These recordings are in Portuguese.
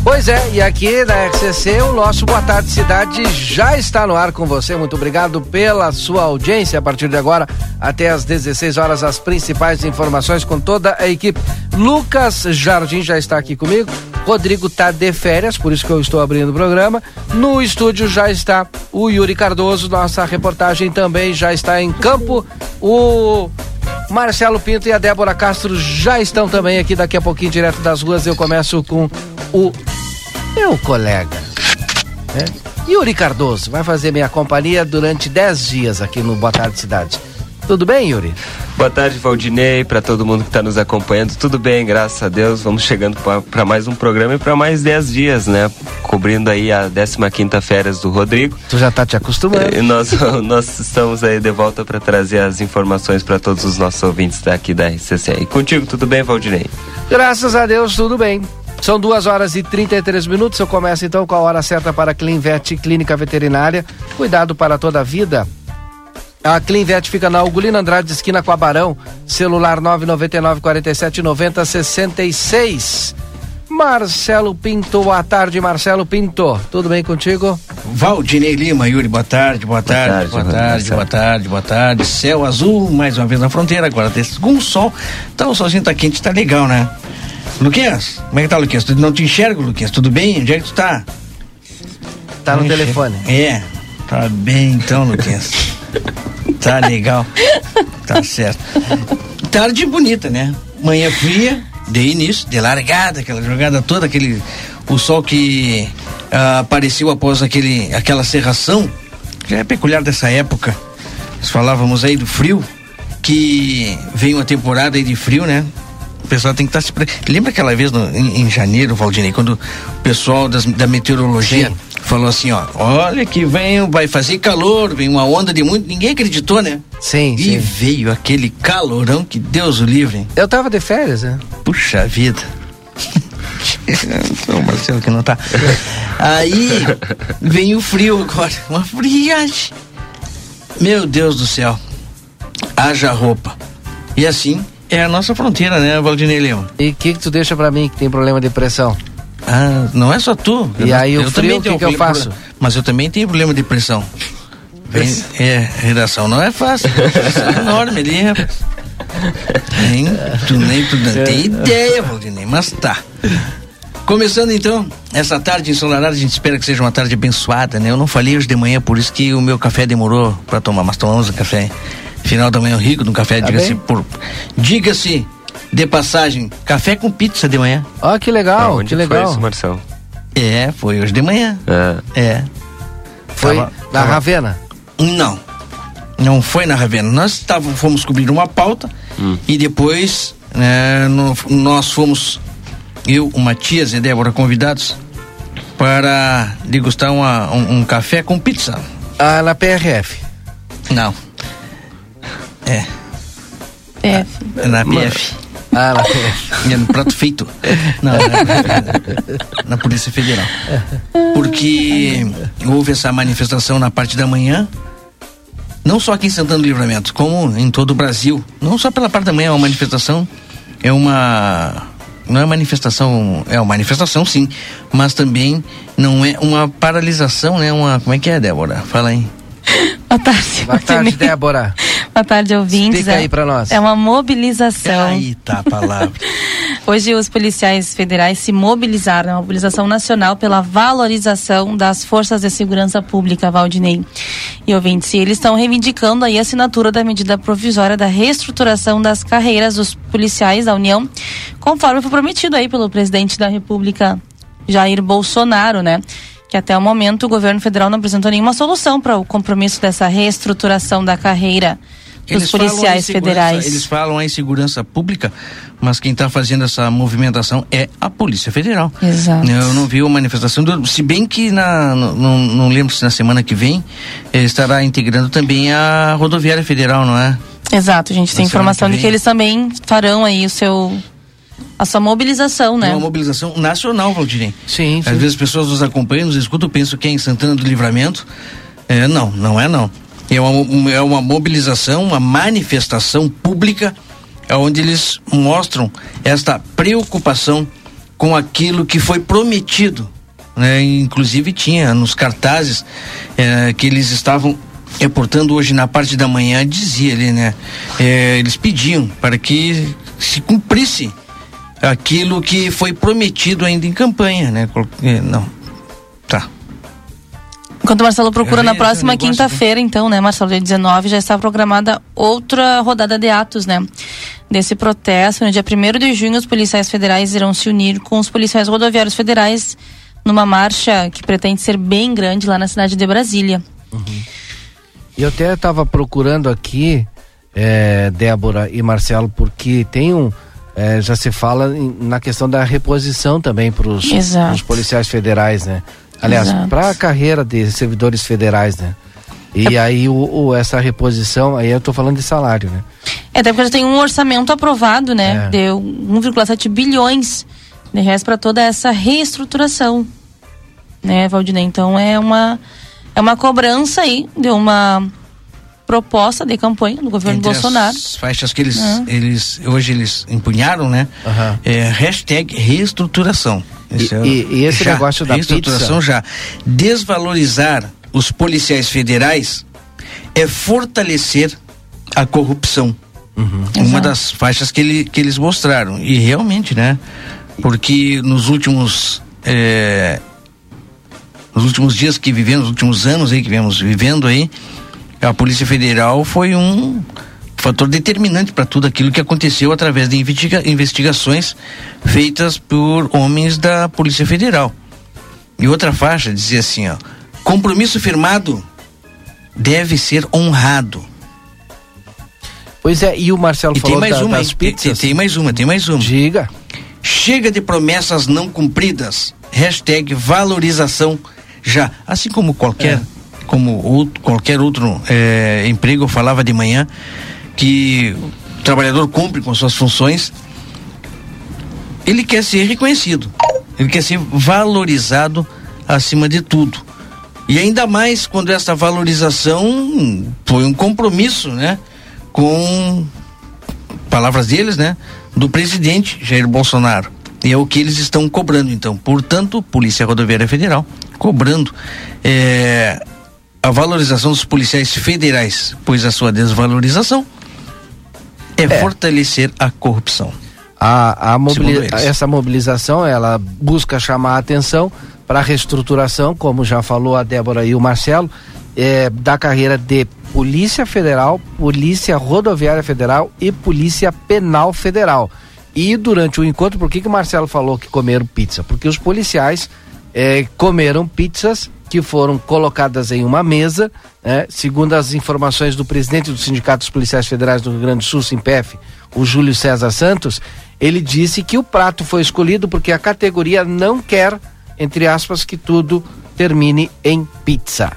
Pois é, e aqui na RCC o nosso Boa Tarde Cidade já está no ar com você. Muito obrigado pela sua audiência. A partir de agora até às 16 horas as principais informações com toda a equipe. Lucas Jardim já está aqui comigo. Rodrigo tá de férias, por isso que eu estou abrindo o programa. No estúdio já está o Yuri Cardoso, nossa reportagem também já está em campo. O Marcelo Pinto e a Débora Castro já estão também aqui daqui a pouquinho direto das ruas. Eu começo com o meu colega, né? Yuri Cardoso vai fazer minha companhia durante 10 dias aqui no Boa Tarde Cidade. Tudo bem, Yuri? Boa tarde, Valdinei, para todo mundo que está nos acompanhando. Tudo bem, graças a Deus. Vamos chegando para mais um programa e para mais 10 dias, né? Cobrindo aí a 15ª férias do Rodrigo. Tu já tá te acostumando. E nós estamos aí de volta para trazer as informações para todos os nossos ouvintes daqui da RCC. E contigo, tudo bem, Valdinei? Graças a Deus, tudo bem. São 2h33. Eu começo então com a hora certa para a Clinvet Clínica Veterinária. Cuidado para toda a vida. A Clinvet fica na Ugolino Andrade, esquina com a Barão. Celular 999 47 90 66. Marcelo Pinto, boa tarde, Marcelo Pinto. Tudo bem contigo? Valdinei Lima, Yuri, boa tarde. Boa tarde. Céu azul, mais uma vez na fronteira, agora tem algum sol. Então o solzinho tá quente, tá legal, né? Luquinhas, como é que tá, Luquinhas? Tu não te enxergo, Luquinhas? Tudo bem? Onde é que tu tá? Tá no telefone. É, tá bem então, Luquinhas. Tá legal. Tá certo. Tarde bonita, né? Manhã fria, de início, de largada, aquela jogada toda, o sol que apareceu após aquela cerração, que é peculiar dessa época. Nós falávamos aí do frio, que vem uma temporada aí de frio, né? O pessoal tem que estar Lembra aquela vez em janeiro, Valdinei, quando o pessoal da meteorologia falou assim, olha que vai fazer calor, vem uma onda de muito, ninguém acreditou, né? Sim. Veio aquele calorão que Deus o livre, hein? Eu tava de férias, né? Puxa vida. O Marcelo que não tá. Aí vem o frio agora, uma friagem. Meu Deus do céu. Haja roupa. E assim é a nossa fronteira, né, Valdinei Lima? E o que tu deixa pra mim que tem problema de pressão? Não é só tu. E aí o frio, o que eu faço? Mas eu também tenho problema de pressão. Redação não é fácil. É enorme ali, rapaz. Tu nem tem ideia, Valdinei, mas tá. Começando então, essa tarde ensolarada, a gente espera que seja uma tarde abençoada, né? Eu não falei hoje de manhã, por isso que o meu café demorou pra tomar, mas tomamos o café. Final da manhã rico no café, tá diga-se de passagem, café com pizza de manhã. Ó, que legal, onde que legal. Foi isso, Marcelo? Foi hoje de manhã. Foi na Ravena? Não foi na Ravena. Nós fomos cobrir uma pauta e depois nós fomos, eu, o Matias e a Débora, convidados para degustar um café com pizza. Na PRF? Não. Na PF. Na PF. No prato feito. Não, na Polícia Federal. Porque houve essa manifestação na parte da manhã, não só aqui em Santana do Livramento, como em todo o Brasil. Não só pela parte da manhã, é uma manifestação, não é manifestação, é uma manifestação sim, mas também não é uma paralisação, né? Como é que é, Débora? Fala aí. Boa tarde. Boa tarde, Débora. Boa tarde, ouvintes. Explica aí pra nós. É uma mobilização. Aí tá a palavra. Hoje os policiais federais se mobilizaram, uma mobilização nacional pela valorização das forças de segurança pública, Valdinei e ouvintes. E eles estão reivindicando aí a assinatura da medida provisória da reestruturação das carreiras dos policiais da União, conforme foi prometido aí pelo presidente da República, Jair Bolsonaro, né? Que até o momento o governo federal não apresentou nenhuma solução para o compromisso dessa reestruturação da carreira dos policiais federais. Eles falam em segurança pública, mas quem está fazendo essa movimentação é a Polícia Federal. Exato. Eu não vi uma manifestação, se bem que não lembro se na semana que vem estará integrando também a Rodoviária Federal, não é? Exato, a gente tem informação de que eles também farão aí a sua mobilização, né? Uma mobilização nacional, Valdinei. Sim. Às vezes as pessoas nos acompanham, nos escutam, pensam que é em Santana do Livramento. Não é. É uma mobilização, uma manifestação pública, onde eles mostram esta preocupação com aquilo que foi prometido, né? Inclusive tinha nos cartazes que eles estavam portando hoje na parte da manhã, dizia ali, né? Eles pediam para que se cumprisse aquilo que foi prometido ainda em campanha, né? Não, tá. Enquanto o Marcelo procura, na próxima quinta-feira, então, né, Marcelo, dia 19, já está programada outra rodada de atos, né? Desse protesto. No dia 1º de junho, os policiais federais irão se unir com os policiais rodoviários federais numa marcha que pretende ser bem grande lá na cidade de Brasília. Uhum. E eu até estava procurando aqui, Débora e Marcelo, porque tem já se fala na questão da reposição também para os policiais federais, né? Aliás, para a carreira de servidores federais, né? E aí essa reposição, aí eu tô falando de salário, né? Até porque já tem um orçamento aprovado, né? De 1,7 bilhões de reais para toda essa reestruturação, né, Valdinei? Então é uma cobrança aí de uma proposta de campanha do governo entre Bolsonaro. As faixas que hoje eles empunharam, né? Hashtag reestruturação. E esse negócio da reestruturação pizza... já. Desvalorizar os policiais federais é fortalecer a corrupção. Uma das faixas que eles mostraram. E realmente, né? Porque nos últimos dias que vivemos, nos últimos anos aí que viemos vivendo aí, a Polícia Federal foi um fator determinante para tudo aquilo que aconteceu através de investigações feitas por homens da Polícia Federal. E outra faixa dizia assim, ó: compromisso firmado deve ser honrado. Pois é, e o Marcelo falou das pizzas. Tem mais uma. Diga. Chega de promessas não cumpridas. Hashtag valorização já. Assim como qualquer outro emprego, eu falava de manhã que o trabalhador cumpre com suas funções, ele quer ser reconhecido, ele quer ser valorizado acima de tudo. E ainda mais quando essa valorização foi um compromisso, né? Com palavras deles, né? Do presidente Jair Bolsonaro. E é o que eles estão cobrando, então. Portanto, Polícia Rodoviária Federal cobrando a valorização dos policiais federais, pois a sua desvalorização fortalecer a corrupção. Essa mobilização, ela busca chamar a atenção para a reestruturação, como já falou a Débora e o Marcelo, da carreira de Polícia Federal, Polícia Rodoviária Federal e Polícia Penal Federal. E durante o encontro, por que o Marcelo falou que comeram pizza? Porque os policiais comeram pizzas que foram colocadas em uma mesa, segundo as informações do presidente do Sindicato dos Policiais Federais do Rio Grande do Sul, SINPEF, o Júlio César Santos. Ele disse que o prato foi escolhido porque a categoria não quer, entre aspas, que tudo termine em pizza.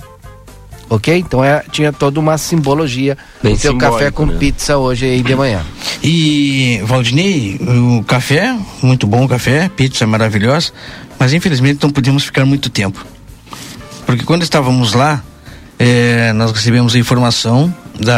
Ok? Então tinha toda uma simbologia do teu café com pizza hoje aí de manhã. E, Valdinei, o café, muito bom o café, pizza maravilhosa, mas infelizmente não podemos ficar muito tempo. Porque quando estávamos lá, nós recebemos a informação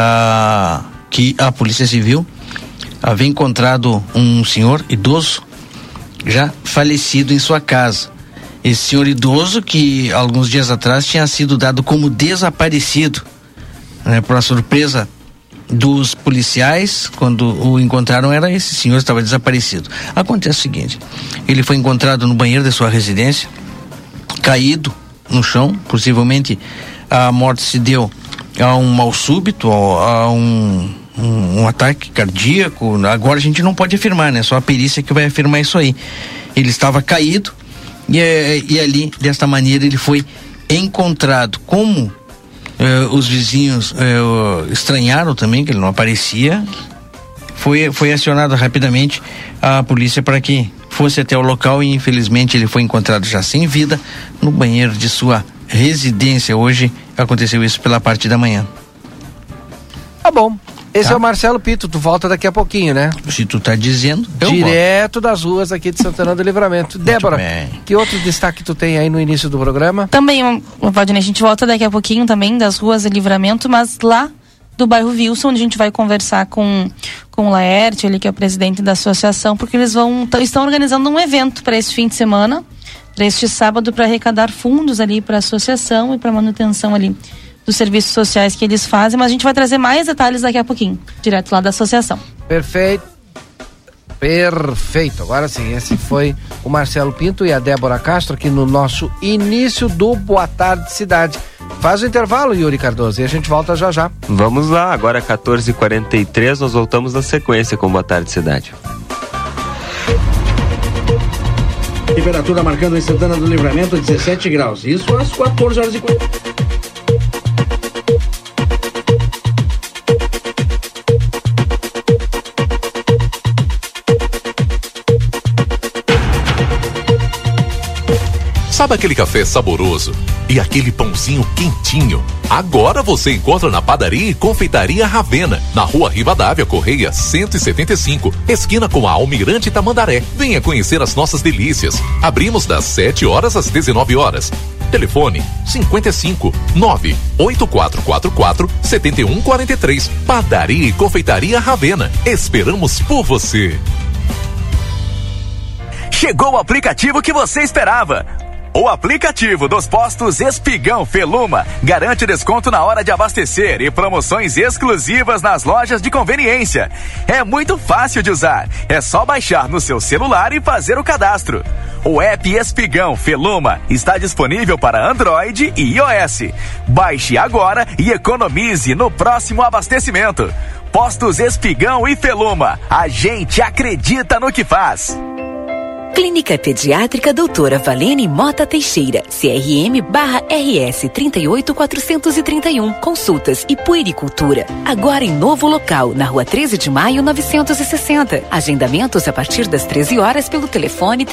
que a Polícia Civil havia encontrado um senhor idoso já falecido em sua casa. Esse senhor idoso que alguns dias atrás tinha sido dado como desaparecido, né? Por surpresa dos policiais, quando o encontraram, era esse senhor que estava desaparecido. Acontece o seguinte: ele foi encontrado no banheiro de sua residência, caído no chão. Possivelmente a morte se deu a um mal súbito, a um ataque cardíaco. Agora a gente não pode afirmar, né? Só a perícia que vai afirmar isso aí. Ele estava caído e ali, desta maneira, ele foi encontrado. Como os vizinhos estranharam também que ele não aparecia, foi acionada rapidamente a polícia para que fosse até o local, e infelizmente ele foi encontrado já sem vida no banheiro de sua residência. Hoje aconteceu isso pela parte da manhã. Tá bom. Esse é o Marcelo Pito, tu volta daqui a pouquinho, né? Se tu tá dizendo, eu direto das ruas aqui de Santana do Livramento. Débora, que outro destaque tu tem aí no início do programa? Também, Valdinei, a gente volta daqui a pouquinho também das ruas de Livramento, mas lá do bairro Wilson, onde a gente vai conversar com o Laerte, ele que é o presidente da associação, porque eles estão organizando um evento para esse fim de semana, para este sábado, para arrecadar fundos ali para a associação e para manutenção ali dos serviços sociais que eles fazem, mas a gente vai trazer mais detalhes daqui a pouquinho, direto lá da associação. Perfeito. Agora sim, esse foi o Marcelo Pinto e a Débora Castro aqui no nosso início do Boa Tarde Cidade. Faz o intervalo, Yuri Cardoso, e a gente volta já já. Vamos lá, agora 14h43, nós voltamos na sequência com Boa Tarde Cidade. Temperatura marcando em Santana do Livramento 17 graus, isso às 14h40. Sabe aquele café saboroso e aquele pãozinho quentinho? Agora você encontra na Padaria e Confeitaria Ravena, na Rua Rivadavia Correia 175, esquina com a Almirante Tamandaré. Venha conhecer as nossas delícias. Abrimos das 7 horas às 19 horas. Telefone 55 98444 7143. Padaria e Confeitaria Ravena. Esperamos por você. Chegou o aplicativo que você esperava. O aplicativo dos postos Espigão Feluma garante desconto na hora de abastecer e promoções exclusivas nas lojas de conveniência. É muito fácil de usar. É só baixar no seu celular e fazer o cadastro. O app Espigão Feluma está disponível para Android e iOS. Baixe agora e economize no próximo abastecimento. Postos Espigão e Feluma. A gente acredita no que faz. Clínica Pediátrica Doutora Valene Mota Teixeira, CRM/RS 38431, consultas e puericultura. Agora em novo local, na Rua 13 de Maio 960. Agendamentos a partir das 13 horas pelo telefone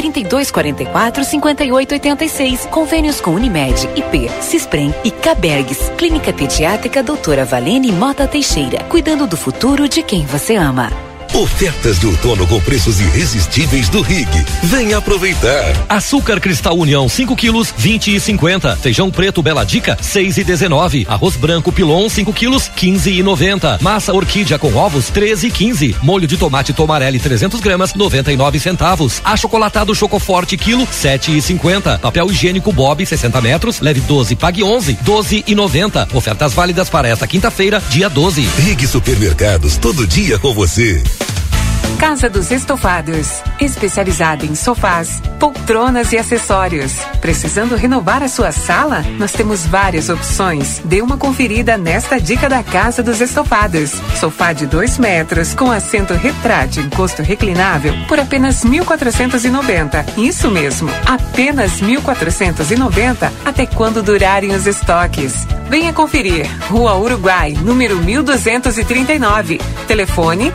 3244-5886. Convênios com Unimed, IP, Cisprem e Cabergues. Clínica Pediátrica Doutora Valene Mota Teixeira, cuidando do futuro de quem você ama. Ofertas de outono com preços irresistíveis do Rig. Venha aproveitar. Açúcar Cristal União 5 quilos 20,50. Feijão preto Bela Dica 6,19. Arroz branco Pilon 5 quilos 15,90. Massa Orquídea com ovos 13,15. Molho de tomate Tomarelli 300 gramas 99 centavos. Achocolatado Chocoforte quilo 7,50. Papel higiênico Bob 60 metros leve 12 pague 11 12,90. Ofertas válidas para esta quinta-feira dia 12. Rig Supermercados, todo dia com você. Casa dos Estofados, especializada em sofás, poltronas e acessórios. Precisando renovar a sua sala? Nós temos várias opções. Dê uma conferida nesta dica da Casa dos Estofados. Sofá de 2 metros com assento retrátil encosto reclinável por apenas 1.490. Isso mesmo, apenas 1.490 até quando durarem os estoques. Venha conferir. Rua Uruguai, número 1239. Telefone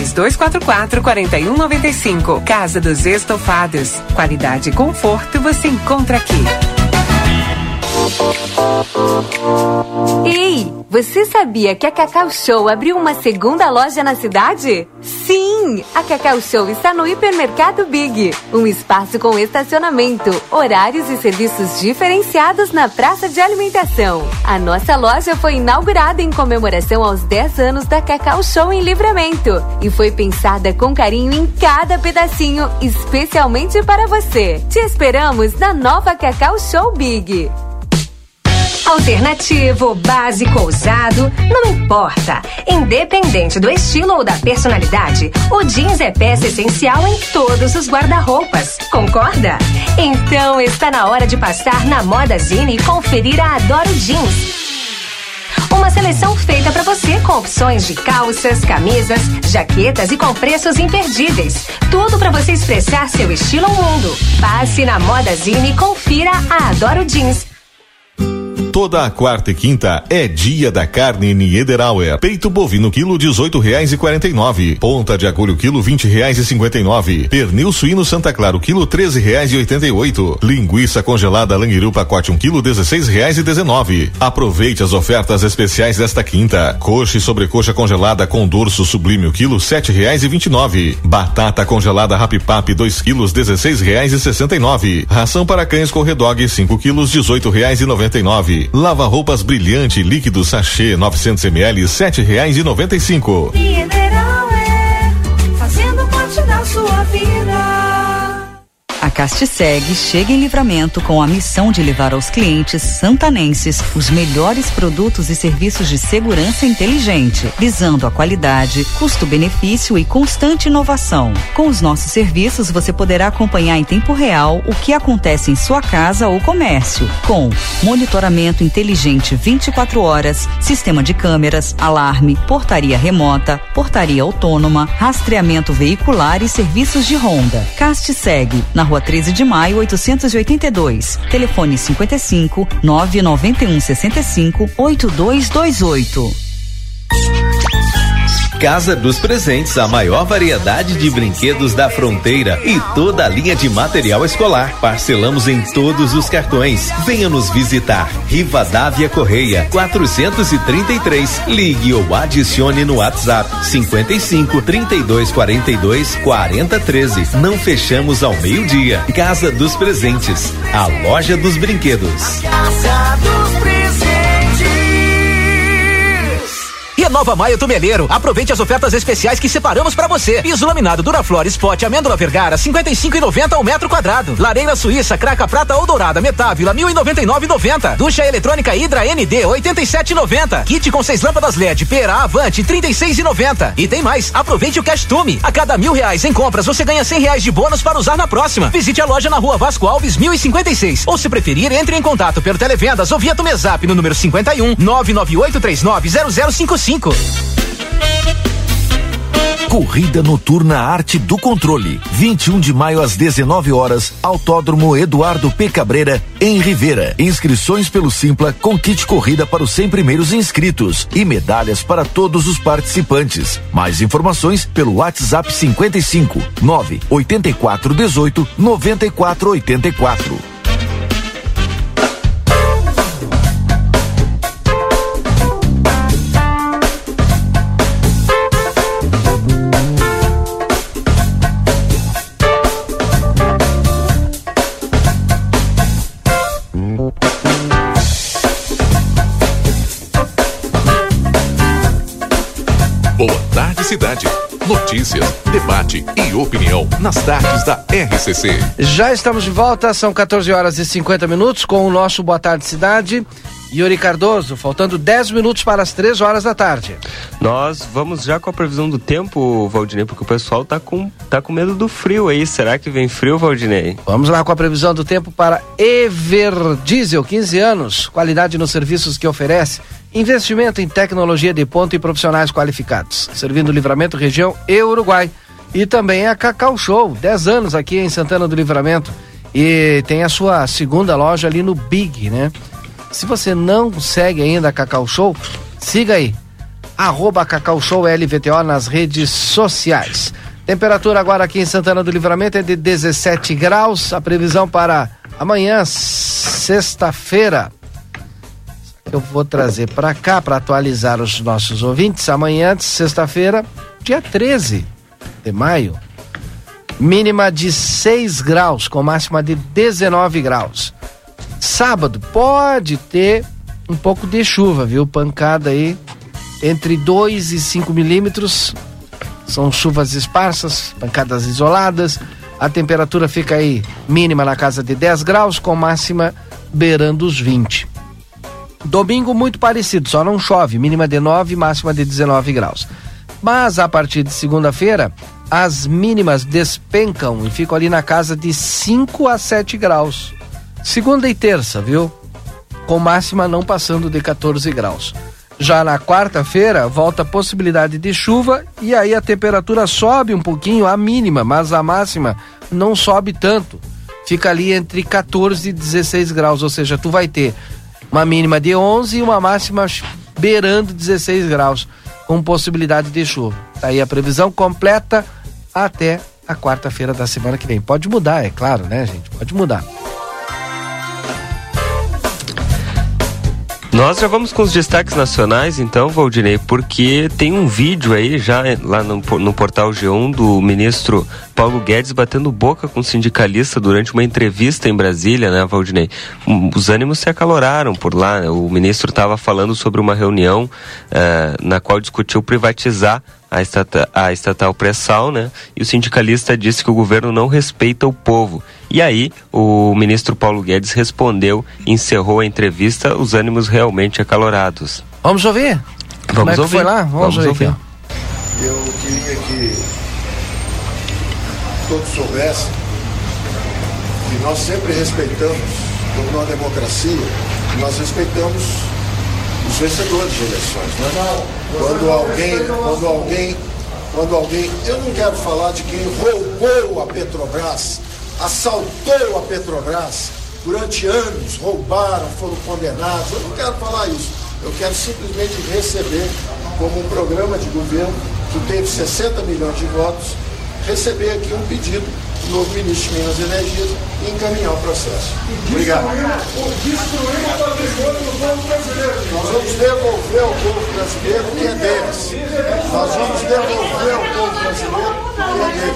3244-4195. Casa dos Estofados. Qualidade e conforto você encontra aqui. Ei, você sabia que a Cacau Show abriu uma segunda loja na cidade? Sim, a Cacau Show está no Hipermercado Big, um espaço com estacionamento, horários e serviços diferenciados na praça de alimentação. A nossa loja foi inaugurada em comemoração aos 10 anos da Cacau Show em Livramento e foi pensada com carinho em cada pedacinho, especialmente para você. Te esperamos na nova Cacau Show Big. Alternativo, básico, ousado, não importa. Independente do estilo ou da personalidade, o jeans é peça essencial em todos os guarda-roupas. Concorda? Então está na hora de passar na Modazine e conferir a Adoro Jeans. Uma seleção feita para você com opções de calças, camisas, jaquetas e com preços imperdíveis. Tudo para você expressar seu estilo ao mundo. Passe na Modazine e confira a Adoro Jeans. Toda a quarta e quinta é dia da carne Niederauer. Peito bovino quilo R$18,49. Ponta de agulho quilo R$20,59. Pernil suíno Santa Clara quilo R$13,88. Linguiça congelada Languiru pacote 1 quilo R$16,19. Aproveite as ofertas especiais desta quinta. Coxa e sobrecoxa congelada com dorso sublime o quilo R$7,29. Batata congelada Rapipap 2 quilos R$16,69. Ração para cães Corredog 5 quilos R$18,99. 99999-7799. Lava-roupas Brilhante líquido sachê 900 ml, R$7,95. Mineral fazendo parte da sua vida. A Castiseg chega em Livramento com a missão de levar aos clientes santanenses os melhores produtos e serviços de segurança inteligente, visando a qualidade, custo-benefício e constante inovação. Com os nossos serviços, você poderá acompanhar em tempo real o que acontece em sua casa ou comércio, com monitoramento inteligente 24 horas, sistema de câmeras, alarme, portaria remota, portaria autônoma, rastreamento veicular e serviços de ronda. Castiseg, na Rua 13 de Maio, 882. Telefone 55 991 65 8228. Casa dos Presentes, a maior variedade de brinquedos da fronteira e toda a linha de material escolar. Parcelamos em todos os cartões. Venha nos visitar. Rivadavia Correia, 433. Ligue ou adicione no WhatsApp 55 32 42 40 13. Não fechamos ao meio-dia. Casa dos Presentes, a loja dos brinquedos. Casa dos Presentes. Renova Maio Tumeleiro. Aproveite as ofertas especiais que separamos pra você. Piso laminado Duraflor Spot Amêndola Vergara, 55,90 ao metro quadrado. Lareira Suíça Craca Prata ou Dourada Metávila, 1.099,90. Ducha eletrônica Hidra ND, 87,90. Kit com 6 lâmpadas LED Pera Avante, 36,90. E tem mais. Aproveite o Cash Tume. A cada R$1.000 em compras, você ganha R$100 de bônus para usar na próxima. Visite a loja na Rua Vasco Alves, 1056. Ou se preferir, entre em contato pelo Televendas ou via Tumezap no número 51 998390055. Corrida Noturna Arte do Controle, 21 de maio às 19 horas, Autódromo Eduardo P. Cabreira, em Rivera. Inscrições pelo Simpla com kit corrida para os 100 primeiros inscritos e medalhas para todos os participantes. Mais informações pelo WhatsApp 55 98418 9484. Boa tarde, cidade. Notícias, debate e opinião nas tardes da RCC. Já estamos de volta, são 14 horas e 50 minutos com o nosso Boa Tarde Cidade. Yuri Cardoso, faltando 10 minutos para as 3 horas da tarde. Nós vamos já com a previsão do tempo, Valdinei, porque o pessoal tá com medo do frio aí. Será que vem frio, Valdinei? Vamos lá com a previsão do tempo para Everdiesel, 15 anos, qualidade nos serviços que oferece, investimento em tecnologia de ponta e profissionais qualificados, servindo Livramento, região e Uruguai. E também a Cacau Show, 10 anos aqui em Santana do Livramento, e tem a sua segunda loja ali no Big, né? Se você não segue ainda a Cacau Show, siga aí, @Cacau Show LVTO nas redes sociais. Temperatura agora aqui em Santana do Livramento é de 17 graus, a previsão para amanhã, sexta-feira, eu vou trazer para cá para atualizar os nossos ouvintes. Amanhã, sexta-feira, dia 13 de maio, mínima de 6 graus, com máxima de 19 graus. Sábado pode ter um pouco de chuva, viu? Pancada aí entre 2 e 5 milímetros. São chuvas esparsas, pancadas isoladas. A temperatura fica aí mínima na casa de 10 graus, com máxima beirando os 20. Domingo muito parecido, só não chove, mínima de 9, máxima de 19 graus. Mas a partir de segunda-feira, as mínimas despencam e ficam ali na casa de 5 a 7 graus. Segunda e terça, viu? Com máxima não passando de 14 graus. Já na quarta-feira, volta a possibilidade de chuva e aí a temperatura sobe um pouquinho, a mínima, mas a máxima não sobe tanto. Fica ali entre 14 e 16 graus, ou seja, tu vai ter uma mínima de 11 e uma máxima beirando 16 graus, com possibilidade de chuva. Tá aí a previsão completa até a quarta-feira da semana que vem. Pode mudar, é claro, né, gente? Pode mudar. Nós já vamos com os destaques nacionais, então, Valdinei, porque tem um vídeo aí já lá no portal G1 do ministro Paulo Guedes batendo boca com sindicalista durante uma entrevista em Brasília, né, Valdinei? Os ânimos se acaloraram por lá, né? O ministro estava falando sobre uma reunião na qual discutiu privatizar a estatal Pré-Sal, né? E o sindicalista disse que o governo não respeita o povo. E aí, o ministro Paulo Guedes respondeu, encerrou a entrevista, os ânimos realmente acalorados. Vamos ouvir? Como é que foi lá? Vamos ouvir. Eu queria que todos soubessem que nós sempre respeitamos, como numa democracia, nós respeitamos os vencedores de eleições, né? Quando alguém, eu não quero falar de quem roubou a Petrobras, assaltou a Petrobras, durante anos roubaram, foram condenados, eu não quero falar isso, eu quero simplesmente receber como um programa de governo que teve 60 milhões de votos, receber aqui um pedido do novo ministro de Minas e Energia e encaminhar o processo. Obrigado. Nós vamos devolver ao povo brasileiro o que é deles. Nós vamos devolver ao povo brasileiro o que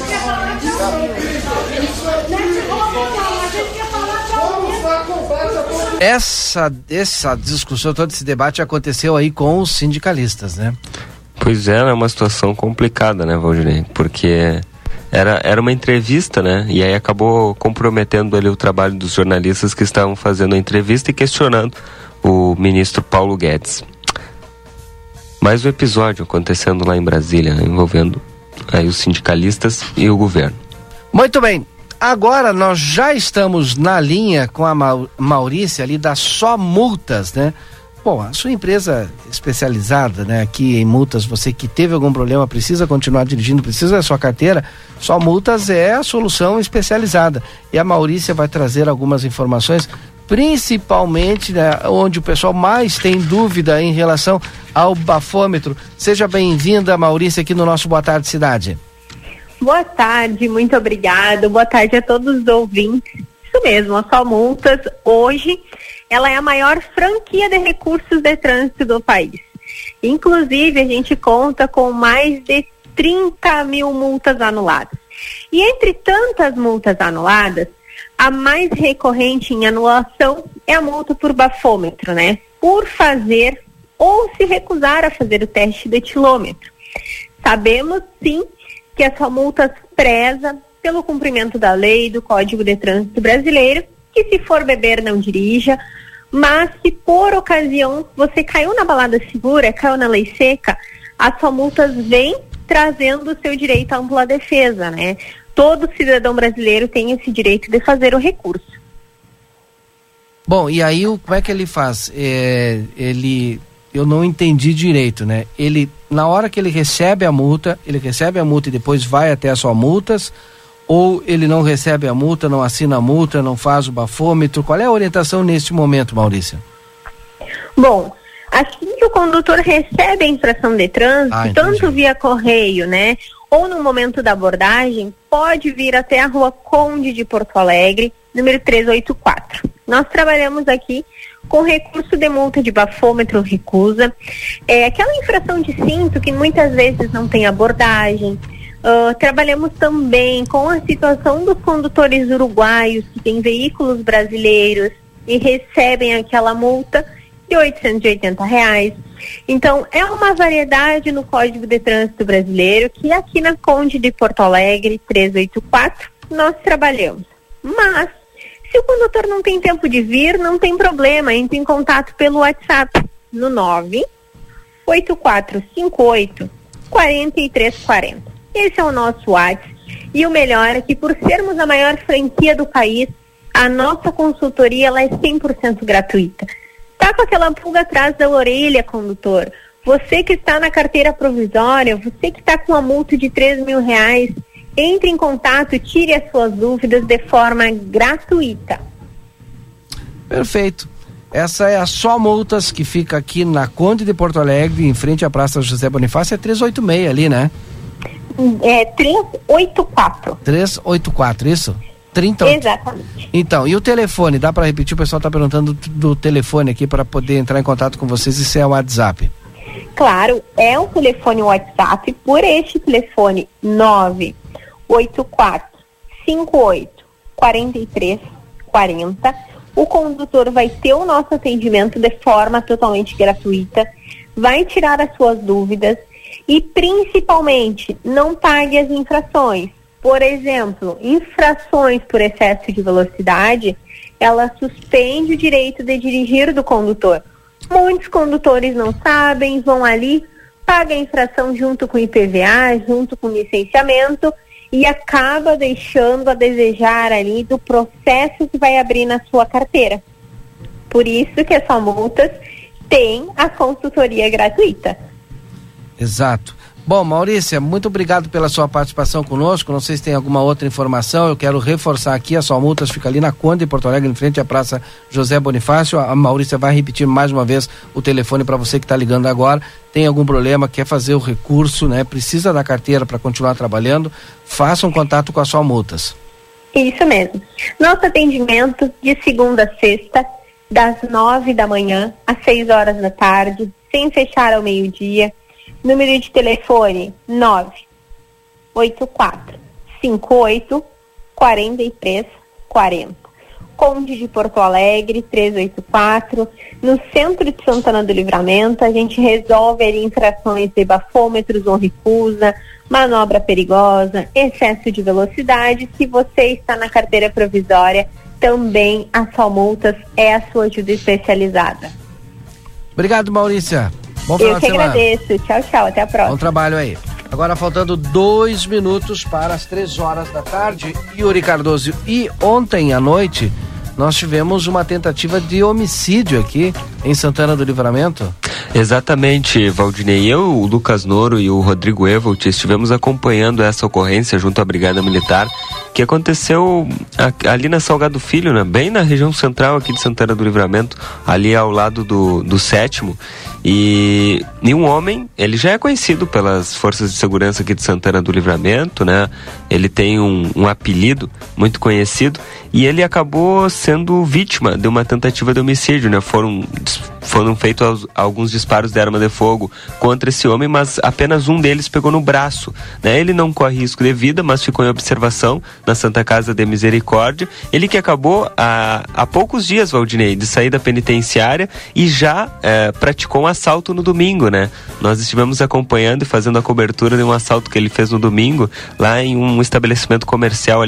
é deles. Essa discussão, todo esse debate aconteceu aí com os sindicalistas, né? Pois é uma situação complicada, né, Valdinei? Porque era uma entrevista, né? E aí acabou comprometendo ali o trabalho dos jornalistas que estavam fazendo a entrevista e questionando o ministro Paulo Guedes. Mais um episódio acontecendo lá em Brasília, né, envolvendo aí os sindicalistas e o governo. Muito bem. Agora nós já estamos na linha com a Maurícia ali da Só Multas, né? Bom, a sua empresa especializada, né, aqui em multas, você que teve algum problema, precisa continuar dirigindo, precisa da sua carteira, Só Multas é a solução especializada. E a Maurícia vai trazer algumas informações, principalmente, né, onde o pessoal mais tem dúvida em relação ao bafômetro. Seja bem-vinda, Maurícia, aqui no nosso Boa Tarde Cidade. Boa tarde, muito obrigado. Boa tarde a todos os ouvintes. Isso mesmo, a Só Multas, hoje, ela é a maior franquia de recursos de trânsito do país. Inclusive, a gente conta com mais de 30 mil multas anuladas. E entre tantas multas anuladas, a mais recorrente em anulação é a multa por bafômetro, né? Por fazer ou se recusar a fazer o teste de etilômetro. Sabemos, sim, que a Só Multas preza pelo cumprimento da lei do Código de Trânsito Brasileiro, que se for beber não dirija, mas se por ocasião você caiu na balada segura, caiu na lei seca, a Só Multas vem trazendo o seu direito à ampla defesa, né? Todo cidadão brasileiro tem esse direito de fazer o recurso. Bom, e aí como é que ele faz? Eu não entendi direito, né? Ele, na hora que ele recebe a multa e depois vai até a Só Multas, ou ele não recebe a multa, não assina a multa, não faz o bafômetro? Qual é a orientação neste momento, Maurícia? Bom, assim que o condutor recebe a infração de trânsito, tanto via correio, né, ou no momento da abordagem, pode vir até a Rua Conde de Porto Alegre, número 384. Nós trabalhamos aqui com recurso de multa de bafômetro recusa, aquela infração de cinto que muitas vezes não tem abordagem. Trabalhamos também com a situação dos condutores uruguaios que têm veículos brasileiros e recebem aquela multa de R$880. Então, é uma variedade no Código de Trânsito Brasileiro que aqui na Conde de Porto Alegre, 384, nós trabalhamos. Mas, se o condutor não tem tempo de vir, não tem problema, entre em contato pelo WhatsApp no 98458-4340. Esse é o nosso WhatsApp. E o melhor é que, por sermos a maior franquia do país, a nossa consultoria ela é 100% gratuita. Tá com aquela pulga atrás da orelha, condutor? Você que está na carteira provisória, você que está com uma multa de R$3.000, entre em contato, tire as suas dúvidas de forma gratuita. Perfeito. Essa é a Só Multas, que fica aqui na Conde de Porto Alegre, em frente à Praça José Bonifácio, é 386 ali, né? É 384. 384, isso? 30? Exatamente. Então, e o telefone? Dá para repetir? O pessoal está perguntando do telefone aqui para poder entrar em contato com vocês. Isso é o WhatsApp? Claro, é um telefone WhatsApp. Por este telefone 984584340, o condutor vai ter o nosso atendimento de forma totalmente gratuita, vai tirar as suas dúvidas e principalmente não pague as infrações. Por exemplo, infrações por excesso de velocidade, ela suspende o direito de dirigir do condutor. Muitos condutores não sabem, vão ali, pagam a infração junto com o IPVA, junto com o licenciamento e acaba deixando a desejar ali do processo que vai abrir na sua carteira. Por isso que a Só Multas tem a consultoria gratuita. Exato. Bom, Maurícia, muito obrigado pela sua participação conosco. Não sei se tem alguma outra informação. Eu quero reforçar aqui, a Só Multas fica ali na Conde, em Porto Alegre, em frente à Praça José Bonifácio. A Maurícia vai repetir mais uma vez o telefone para você que está ligando agora. Tem algum problema, quer fazer o recurso, né? Precisa da carteira para continuar trabalhando, faça um contato com a Só Multas. Isso mesmo. Nosso atendimento de segunda a sexta, das 9 da manhã às 6 horas da tarde, sem fechar ao meio-dia. Número de telefone 984584340. Conde de Porto Alegre 384. No centro de Santana do Livramento, a gente resolve ali infrações de bafômetros ou recusa, manobra perigosa, excesso de velocidade. Se você está na carteira provisória, também a Só Multas é a sua ajuda especializada. Obrigado, Maurícia. Bom final de semana. Eu que agradeço. Tchau, tchau. Até a próxima. Bom trabalho aí. Agora faltando 2 minutos para as 3 horas da tarde, Yuri Cardoso. E ontem à noite nós tivemos uma tentativa de homicídio aqui em Santana do Livramento. Exatamente, Valdinei. Eu, o Lucas Noro e o Rodrigo Evolt estivemos acompanhando essa ocorrência junto à Brigada Militar, que aconteceu ali na Salgado Filho, né? Bem na região central aqui de Santana do Livramento, ali ao lado do 7º. E um homem, ele já é conhecido pelas forças de segurança aqui de Santana do Livramento, né? Ele tem um apelido muito conhecido e ele acabou sendo vítima de uma tentativa de homicídio, né? Foram feitos alguns disparos de arma de fogo contra esse homem, mas apenas um deles pegou no braço, né? Ele não corre risco de vida, mas ficou em observação na Santa Casa de Misericórdia. Ele que acabou há poucos dias, Valdinei, de sair da penitenciária e já praticou um assalto no domingo, né? Nós estivemos acompanhando e fazendo a cobertura de um assalto que ele fez no domingo, lá em um estabelecimento comercial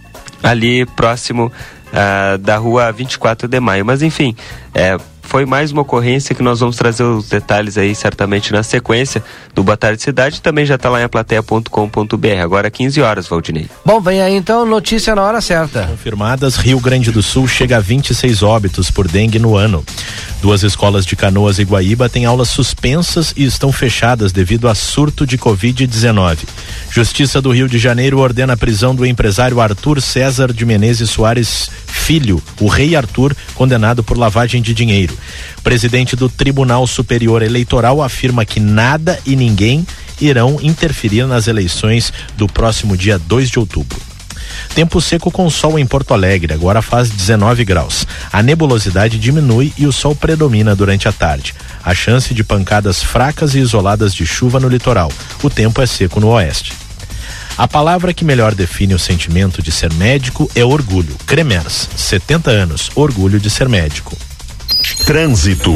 ali próximo da rua 24 de Maio. Mas enfim, foi mais uma ocorrência que nós vamos trazer os detalhes aí certamente na sequência do Boa Tarde Cidade. Também já está lá em aplateia.com.br. Agora 15 horas, Valdinei. Bom, vem aí então notícia na hora certa. Confirmadas, Rio Grande do Sul chega a 26 óbitos por dengue no ano. 2 escolas de Canoas e Guaíba têm aulas suspensas e estão fechadas devido a surto de Covid-19. Justiça do Rio de Janeiro ordena a prisão do empresário Arthur César de Menezes Soares Filho, o Rei Arthur, condenado por lavagem de dinheiro. O presidente do Tribunal Superior Eleitoral afirma que nada e ninguém irão interferir nas eleições do próximo dia 2 de outubro. Tempo seco com sol em Porto Alegre, agora faz 19 graus. A nebulosidade diminui e o sol predomina durante a tarde. A chance de pancadas fracas e isoladas de chuva no litoral. O tempo é seco no oeste. A palavra que melhor define o sentimento de ser médico é orgulho. Cremers, 70 anos, orgulho de ser médico. Trânsito.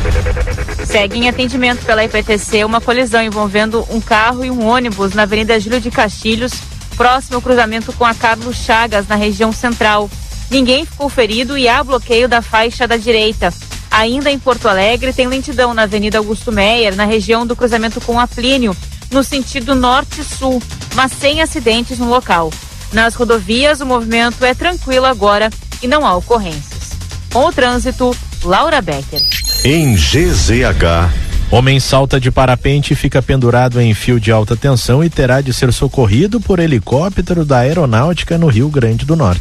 Segue em atendimento pela IPTC uma colisão envolvendo um carro e um ônibus na Avenida Júlio de Castilhos, próximo ao cruzamento com a Carlos Chagas, na região central. Ninguém ficou ferido e há bloqueio da faixa da direita. Ainda em Porto Alegre, tem lentidão na Avenida Augusto Meyer, na região do cruzamento com a Plínio, no sentido norte-sul, mas sem acidentes no local. Nas rodovias, o movimento é tranquilo agora e não há ocorrências. Com o trânsito, Laura Becker. Em GZH. Homem salta de parapente e fica pendurado em fio de alta tensão e terá de ser socorrido por helicóptero da Aeronáutica no Rio Grande do Norte.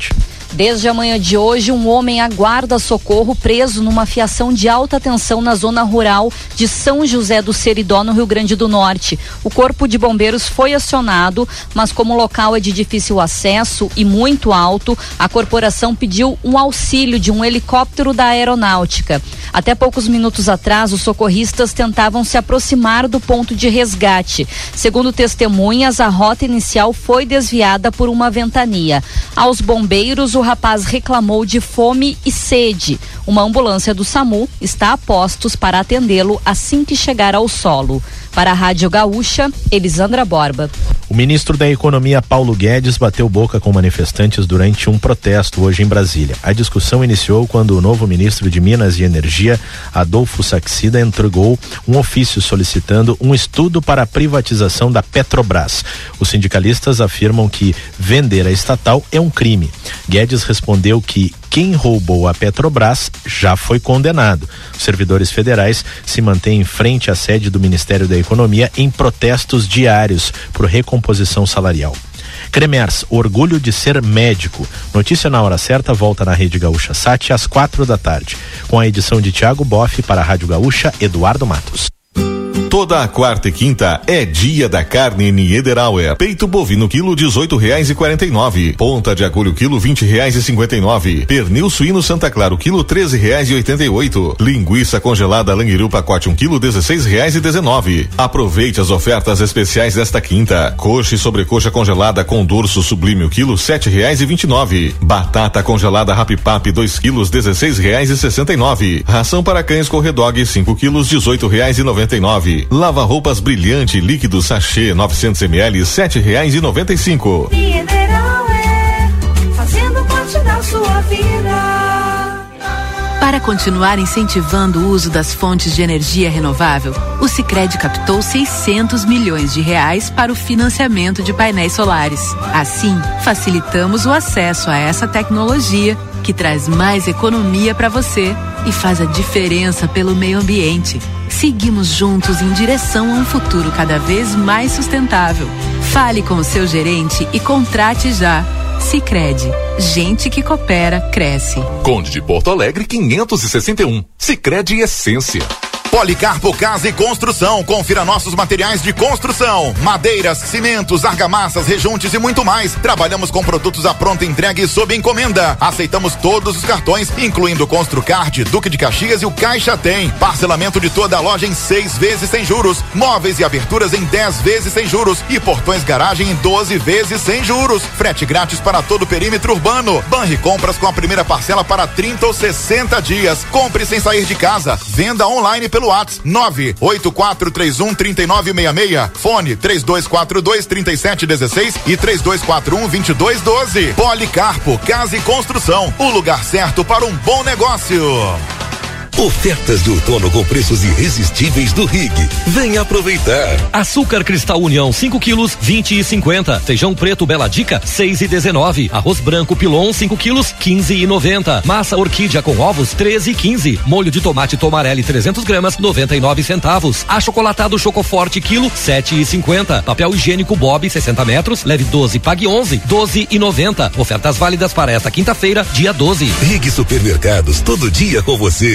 Desde a manhã de hoje, um homem aguarda socorro preso numa fiação de alta tensão na zona rural de São José do Seridó, no Rio Grande do Norte. O corpo de bombeiros foi acionado, mas como o local é de difícil acesso e muito alto, a corporação pediu um auxílio de um helicóptero da aeronáutica. Até poucos minutos atrás, os socorristas tentavam se aproximar do ponto de resgate. Segundo testemunhas, a rota inicial foi desviada por uma ventania. Aos bombeiros, o rapaz reclamou de fome e sede. Uma ambulância do SAMU está a postos para atendê-lo assim que chegar ao solo. Para a Rádio Gaúcha, Elisandra Borba. O ministro da Economia, Paulo Guedes, bateu boca com manifestantes durante um protesto hoje em Brasília. A discussão iniciou quando o novo ministro de Minas e Energia, Adolfo Saxida, entregou um ofício solicitando um estudo para a privatização da Petrobras. Os sindicalistas afirmam que vender a estatal é um crime. Guedes respondeu que quem roubou a Petrobras já foi condenado. Os servidores federais se mantêm em frente à sede do Ministério da Economia em protestos diários por recomposição salarial. Cremers, orgulho de ser médico. Notícia na hora certa volta na Rede Gaúcha Sat às 4h, com a edição de Tiago Boff para a Rádio Gaúcha, Eduardo Matos. Toda a quarta e quinta é dia da carne Niederauer. Peito bovino quilo R$18,49. Ponta de agulho quilo R$20,59. Pernil suíno Santa Clara quilo R$13,88. Linguiça congelada Languiru pacote 1 quilo R$16,19. Aproveite as ofertas especiais desta quinta. Coxa e sobrecoxa congelada com dorso sublime o quilo R$7,29. Batata congelada Rapipap 2 quilos R$16,69. Ração para cães Corredog 5 quilos R$18,99. Lava-roupas brilhante líquido sachê 900 ml R$7,95. Mineral fazendo parte da sua vida. Para continuar incentivando o uso das fontes de energia renovável, o Sicredi captou 600 milhões de reais para o financiamento de painéis solares. Assim, facilitamos o acesso a essa tecnologia que traz mais economia para você e faz a diferença pelo meio ambiente. Seguimos juntos em direção a um futuro cada vez mais sustentável. Fale com o seu gerente e contrate já. Sicredi, gente que coopera, cresce. Conde de Porto Alegre 561. Sicredi Essência. Policarpo Casa e Construção. Confira nossos materiais de construção: madeiras, cimentos, argamassas, rejuntes e muito mais. Trabalhamos com produtos à pronta entrega e sob encomenda. Aceitamos todos os cartões, incluindo o Construcard, Duque de Caxias e o Caixa Tem. Parcelamento de toda a loja em 6 vezes sem juros. Móveis e aberturas em 10 vezes sem juros. E portões garagem em 12 vezes sem juros. Frete grátis para todo o perímetro urbano. Banri Compras com a primeira parcela para 30 ou 60 dias. Compre sem sair de casa. Venda online pelo WhatsApp 984313966, fone 3242-3716 e 3241-2212. Policarpo Casa e Construção, o lugar certo para um bom negócio. Ofertas de outono com preços irresistíveis do Rig. Venha aproveitar. Açúcar Cristal União 5 quilos 20,50. Feijão preto Bela Dica 6,19. Arroz branco Pilon 5 quilos 15,90. Massa Orquídea com ovos 13,15. Molho de tomate Tomarelli 300 gramas 99 centavos. Achocolatado Chocoforte quilo 7,50. Papel higiênico Bob 60 metros leve 12 pague 11 12,90. Ofertas válidas para esta quinta-feira, dia 12. Rig Supermercados, todo dia com você.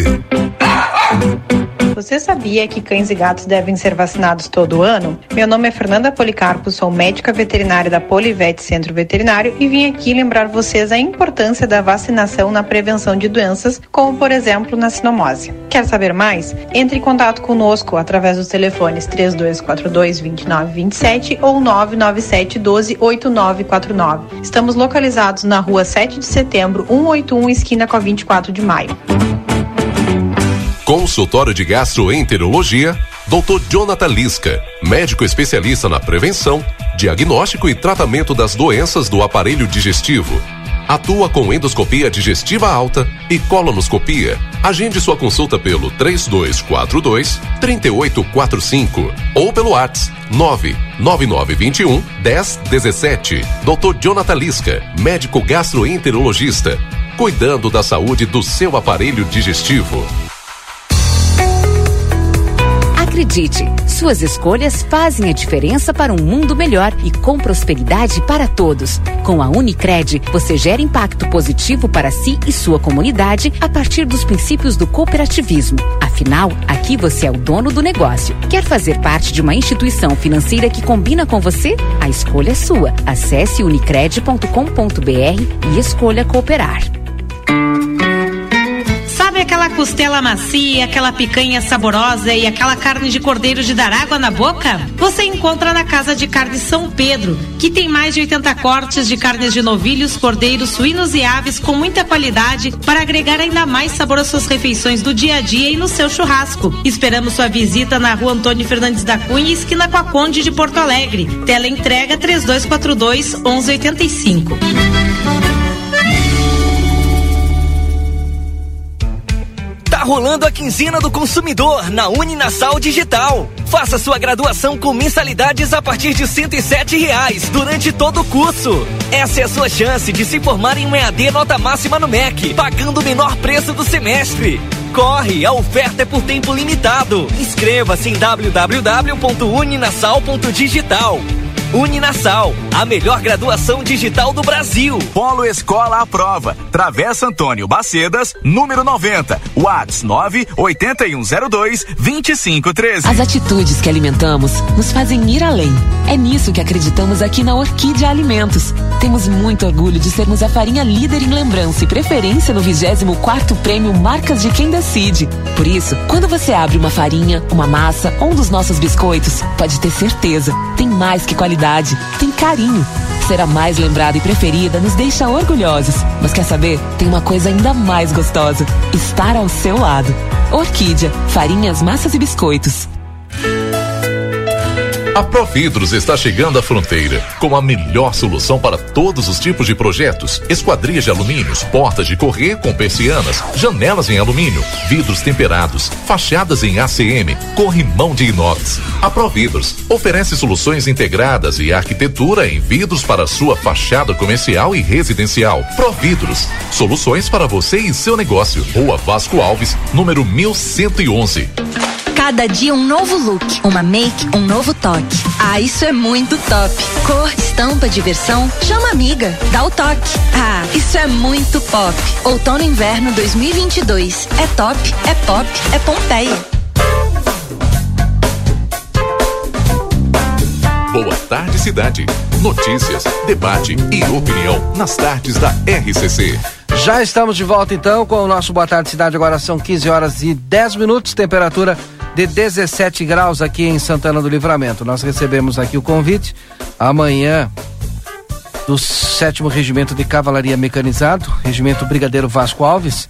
Você sabia que cães e gatos devem ser vacinados todo ano? Meu nome é Fernanda Policarpo, sou médica veterinária da Polivete Centro Veterinário e vim aqui lembrar vocês a importância da vacinação na prevenção de doenças, como por exemplo na cinomose. Quer saber mais? Entre em contato conosco através dos telefones 3242-2927 ou 997-12-8949. Estamos localizados na rua 7 de setembro, 181, esquina com a 24 de maio. Consultório de Gastroenterologia, Dr. Jonathan Lisca, médico especialista na prevenção, diagnóstico e tratamento das doenças do aparelho digestivo. Atua com endoscopia digestiva alta e colonoscopia. Agende sua consulta pelo 3242-3845 ou pelo WhatsApp 99921-1017. Dr. Jonathan Lisca, médico gastroenterologista, cuidando da saúde do seu aparelho digestivo. Acredite, suas escolhas fazem a diferença para um mundo melhor e com prosperidade para todos. Com a Unicred, você gera impacto positivo para si e sua comunidade a partir dos princípios do cooperativismo. Afinal, aqui você é o dono do negócio. Quer fazer parte de uma instituição financeira que combina com você? A escolha é sua. Acesse unicred.com.br e escolha cooperar. Sabe aquela costela macia, aquela picanha saborosa e aquela carne de cordeiro de dar água na boca? Você encontra na Casa de Carne São Pedro, que tem mais de 80 cortes de carnes de novilhos, cordeiros, suínos e aves com muita qualidade para agregar ainda mais sabor às suas refeições do dia a dia e no seu churrasco. Esperamos sua visita na Rua Antônio Fernandes da Cunha, esquina com a Conde de Porto Alegre. Tela entrega 3242-1185. Tá rolando a quinzena do consumidor na Uninasal Digital. Faça sua graduação com mensalidades a partir de R$107 durante todo o curso. Essa é a sua chance de se formar em um EAD nota máxima no MEC, pagando o menor preço do semestre. Corre, a oferta é por tempo limitado. Inscreva-se em www.uninasal.digital. Uninasal, a melhor graduação digital do Brasil. Polo Escola à Prova, Travessa Antônio Bacedas, número 90, WhatsApp 98102-2513. As atitudes que alimentamos nos fazem ir além. É nisso que acreditamos aqui na Orquídea Alimentos. Temos muito orgulho de sermos a farinha líder em lembrança e preferência no 24º Prêmio Marcas de Quem Decide. Por isso, quando você abre uma farinha, uma massa ou um dos nossos biscoitos, pode ter certeza, tem mais que qualidade, tem carinho. Ser a mais lembrada e preferida nos deixa orgulhosos. Mas quer saber? Tem uma coisa ainda mais gostosa: estar ao seu lado. Orquídea, farinhas, massas e biscoitos. A Providros está chegando à fronteira com a melhor solução para todos os tipos de projetos: esquadrias de alumínios, portas de correr com persianas, janelas em alumínio, vidros temperados, fachadas em ACM, corrimão de inox. A Providros oferece soluções integradas e arquitetura em vidros para sua fachada comercial e residencial. Providros, soluções para você e seu negócio. Rua Vasco Alves, número 1111. Cada dia um novo look, uma make, um novo toque. Ah, isso é muito top. Cor, estampa, diversão, chama amiga, dá o toque. Ah, isso é muito pop. Outono e inverno 2022. É top, é pop, é Pompeia. Boa tarde, cidade. Notícias, debate e opinião nas tardes da RCC. Já estamos de volta então com o nosso Boa Tarde Cidade. Agora são 15h10, temperatura de 17 graus aqui em Santana do Livramento. Nós recebemos aqui o convite amanhã do 7º Regimento de Cavalaria Mecanizado, Regimento Brigadeiro Vasco Alves,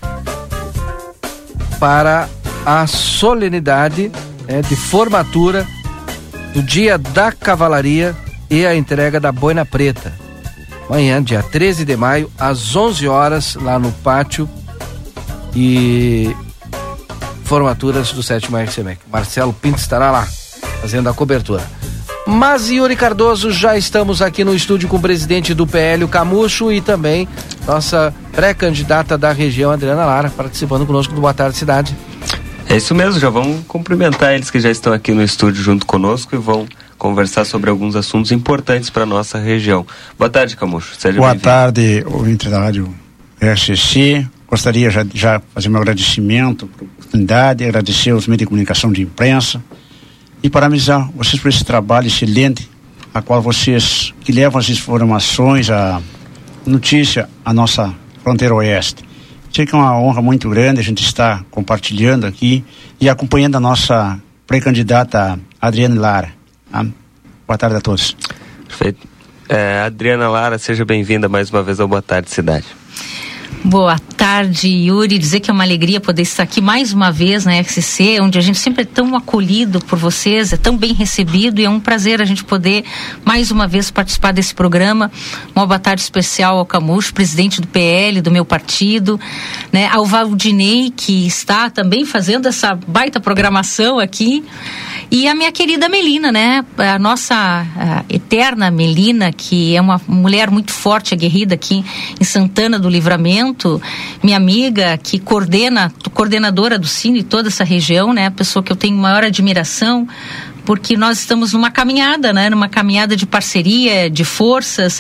para a solenidade de formatura do Dia da Cavalaria e a entrega da Boina Preta. Amanhã, dia 13 de maio, às 11 horas, lá no pátio, e formaturas do 7º RCMEC. Marcelo Pinto estará lá, fazendo a cobertura. Mas, Yuri Cardoso, já estamos aqui no estúdio com o presidente do PL, o Camucho, e também nossa pré-candidata da região, Adriana Lara, participando conosco do Boa Tarde Cidade. É isso mesmo, já vamos cumprimentar eles que já estão aqui no estúdio junto conosco e vão conversar sobre alguns assuntos importantes para a nossa região. Boa tarde, Camucho. Seja Boa tarde, ouvinte da rádio RCC. Gostaria já fazer meu agradecimento pela oportunidade, agradecer aos meios de comunicação de imprensa e parabenizar vocês por esse trabalho excelente, a qual vocês que levam as informações, a notícia à nossa fronteira oeste. Sei que é uma honra muito grande a gente estar compartilhando aqui e acompanhando a nossa pré-candidata Adriana Lara. Boa tarde a todos. Perfeito. Adriana Lara, seja bem-vinda mais uma vez ao Boa Tarde Cidade. Boa tarde, Yuri. Dizer que é uma alegria poder estar aqui mais uma vez na RCC, onde a gente sempre é tão acolhido por vocês, é tão bem recebido, e é um prazer a gente poder mais uma vez participar desse programa. Uma boa tarde especial ao Camucho, presidente do PL, do meu partido, né? Ao Valdinei, que está também fazendo essa baita programação aqui, E a minha querida Melina, né? A nossa eterna Melina, que é uma mulher muito forte, aguerrida aqui em Santana do Livramento, minha amiga, que coordenadora do Cine e toda essa região, né? Pessoa que eu tenho maior admiração, porque nós estamos numa caminhada, né? Numa caminhada de parceria, de forças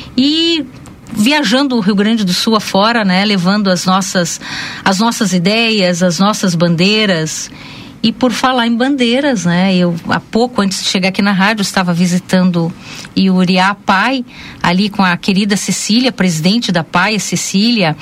e viajando o Rio Grande do Sul afora, né? Levando as nossas ideias, as nossas bandeiras. E por falar em bandeiras, né? Eu, há pouco, antes de chegar aqui na rádio, estava visitando Iuriá PAI, ali com a querida Cecília, presidente da PAI, a Cecília,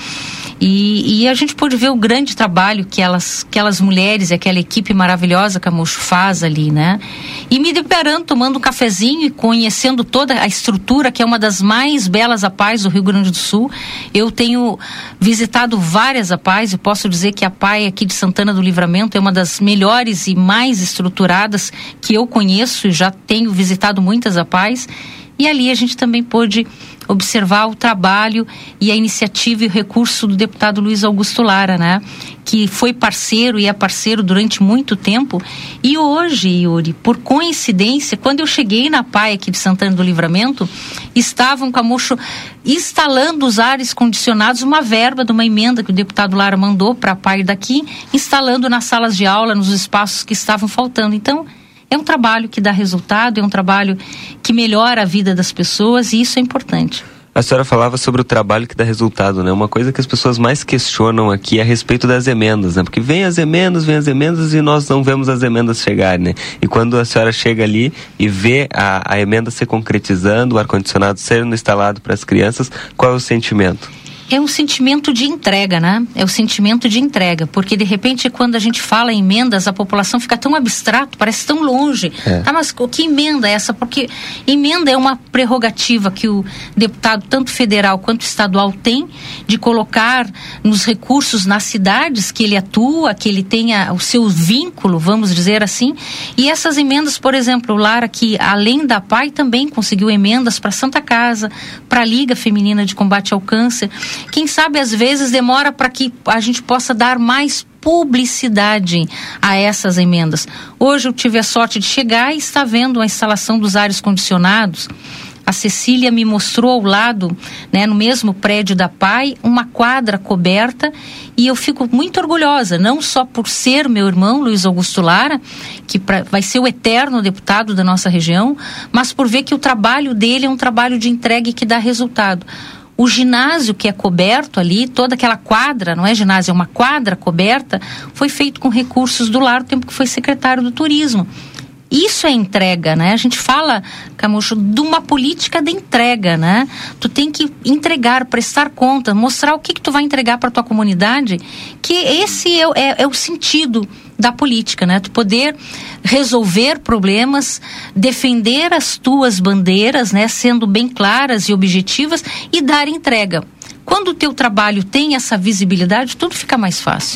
e a gente pôde ver o grande trabalho que aquelas mulheres e aquela equipe maravilhosa que a Mocho faz ali, né? E me deparando, tomando um cafezinho e conhecendo toda a estrutura, que é uma das mais belas APAIs do Rio Grande do Sul. Eu tenho visitado várias APAIs e posso dizer que a APAI aqui de Santana do Livramento é uma das melhores e mais estruturadas que eu conheço, e já tenho visitado muitas APAIs. E ali a gente também pôde observar o trabalho e a iniciativa e o recurso do deputado Luiz Augusto Lara, né? Que foi parceiro e é parceiro durante muito tempo. E hoje, Yuri, por coincidência, quando eu cheguei na PAI aqui de Santana do Livramento, estavam com a Mocho instalando os ares condicionados, uma verba de uma emenda que o deputado Lara mandou para a PAI daqui, instalando nas salas de aula, nos espaços que estavam faltando. Então, é um trabalho que dá resultado, é um trabalho que melhora a vida das pessoas, e isso é importante. A senhora falava sobre o trabalho que dá resultado, né? Uma coisa que as pessoas mais questionam aqui é a respeito das emendas, né? Porque vem as emendas e nós não vemos as emendas chegarem, né? E quando a senhora chega ali e vê a emenda se concretizando, o ar-condicionado sendo instalado para as crianças, qual é o sentimento? É um sentimento de entrega, né? É o sentimento de entrega, porque de repente quando a gente fala em emendas, a população fica tão abstrato, parece tão longe. Ah, mas que emenda é essa? Porque emenda é uma prerrogativa que o deputado, tanto federal quanto estadual, tem de colocar nos recursos nas cidades que ele atua, que ele tenha o seu vínculo, vamos dizer assim. E essas emendas, por exemplo, o Lara, que além da PAI também conseguiu emendas para Santa Casa, para a Liga Feminina de Combate ao Câncer. Quem sabe às vezes demora para que a gente possa dar mais publicidade a essas emendas. Hoje eu tive a sorte de chegar e estar vendo a instalação dos ares condicionados. A Cecília me mostrou ao lado, né, no mesmo prédio da PAI, uma quadra coberta, e eu fico muito orgulhosa, não só por ser meu irmão Luiz Augusto Lara, que vai ser o eterno deputado da nossa região, mas por ver que o trabalho dele é um trabalho de entrega e que dá resultado. O ginásio que é coberto ali, toda aquela quadra, não é ginásio, é uma quadra coberta, foi feito com recursos do Lar, no tempo que foi secretário do Turismo. Isso é entrega, né? A gente fala, Camucho, de uma política de entrega, né? Tu tem que entregar, prestar conta, mostrar o que tu vai entregar para tua comunidade, que esse é o sentido da política, né? Tu poder resolver problemas, defender as tuas bandeiras, né? Sendo bem claras e objetivas, e dar entrega. Quando o teu trabalho tem essa visibilidade, tudo fica mais fácil.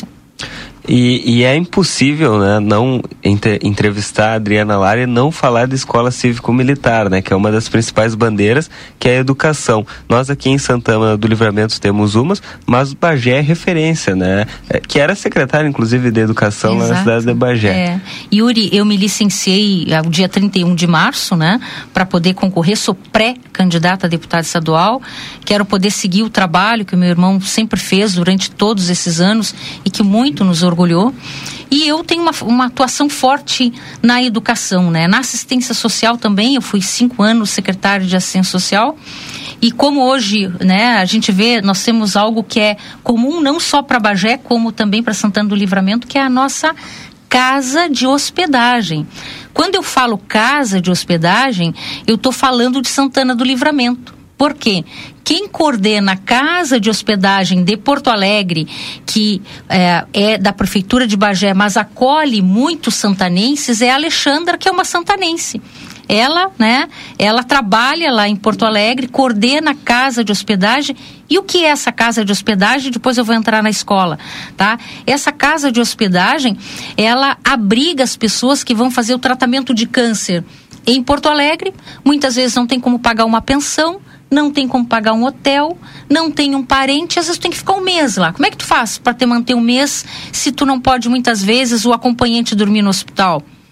E é impossível, né, não entrevistar a Adriana Lara e não falar da escola cívico-militar, né, que é uma das principais bandeiras, que é a educação. Nós aqui em Santana do Livramento temos umas, mas Bagé é referência, né, que era secretária, inclusive, de educação. Exato. Lá na cidade de Bagé. Yuri, eu me licenciei ao dia 31 de março, né, para poder concorrer, sou pré-candidata a deputada estadual, quero poder seguir o trabalho que o meu irmão sempre fez durante todos esses anos e que muito nos orgulhou. E eu tenho uma atuação forte na educação, né? Na assistência social também, eu fui 5 anos secretária de assistência social, e como hoje, né, a gente vê, nós temos algo que é comum não só para Bagé, como também para Santana do Livramento, que é a nossa casa de hospedagem. Quando eu falo casa de hospedagem, eu estou falando de Santana do Livramento. Por quê? Quem coordena a casa de hospedagem de Porto Alegre, que é da prefeitura de Bagé, mas acolhe muitos santanenses, é a Alexandra, que é uma santanense. Ela, né, ela trabalha lá em Porto Alegre, coordena a casa de hospedagem. E o que é essa casa de hospedagem? Depois eu vou entrar na escola, tá? Essa casa de hospedagem, ela abriga as pessoas que vão fazer o tratamento de câncer em Porto Alegre. Muitas vezes não tem como pagar uma pensão, não tem como pagar um hotel, não tem um parente, às vezes tu tem que ficar um mês lá. Como é que tu faz para te manter um mês se tu não pode muitas vezes o acompanhante dormir no hospital?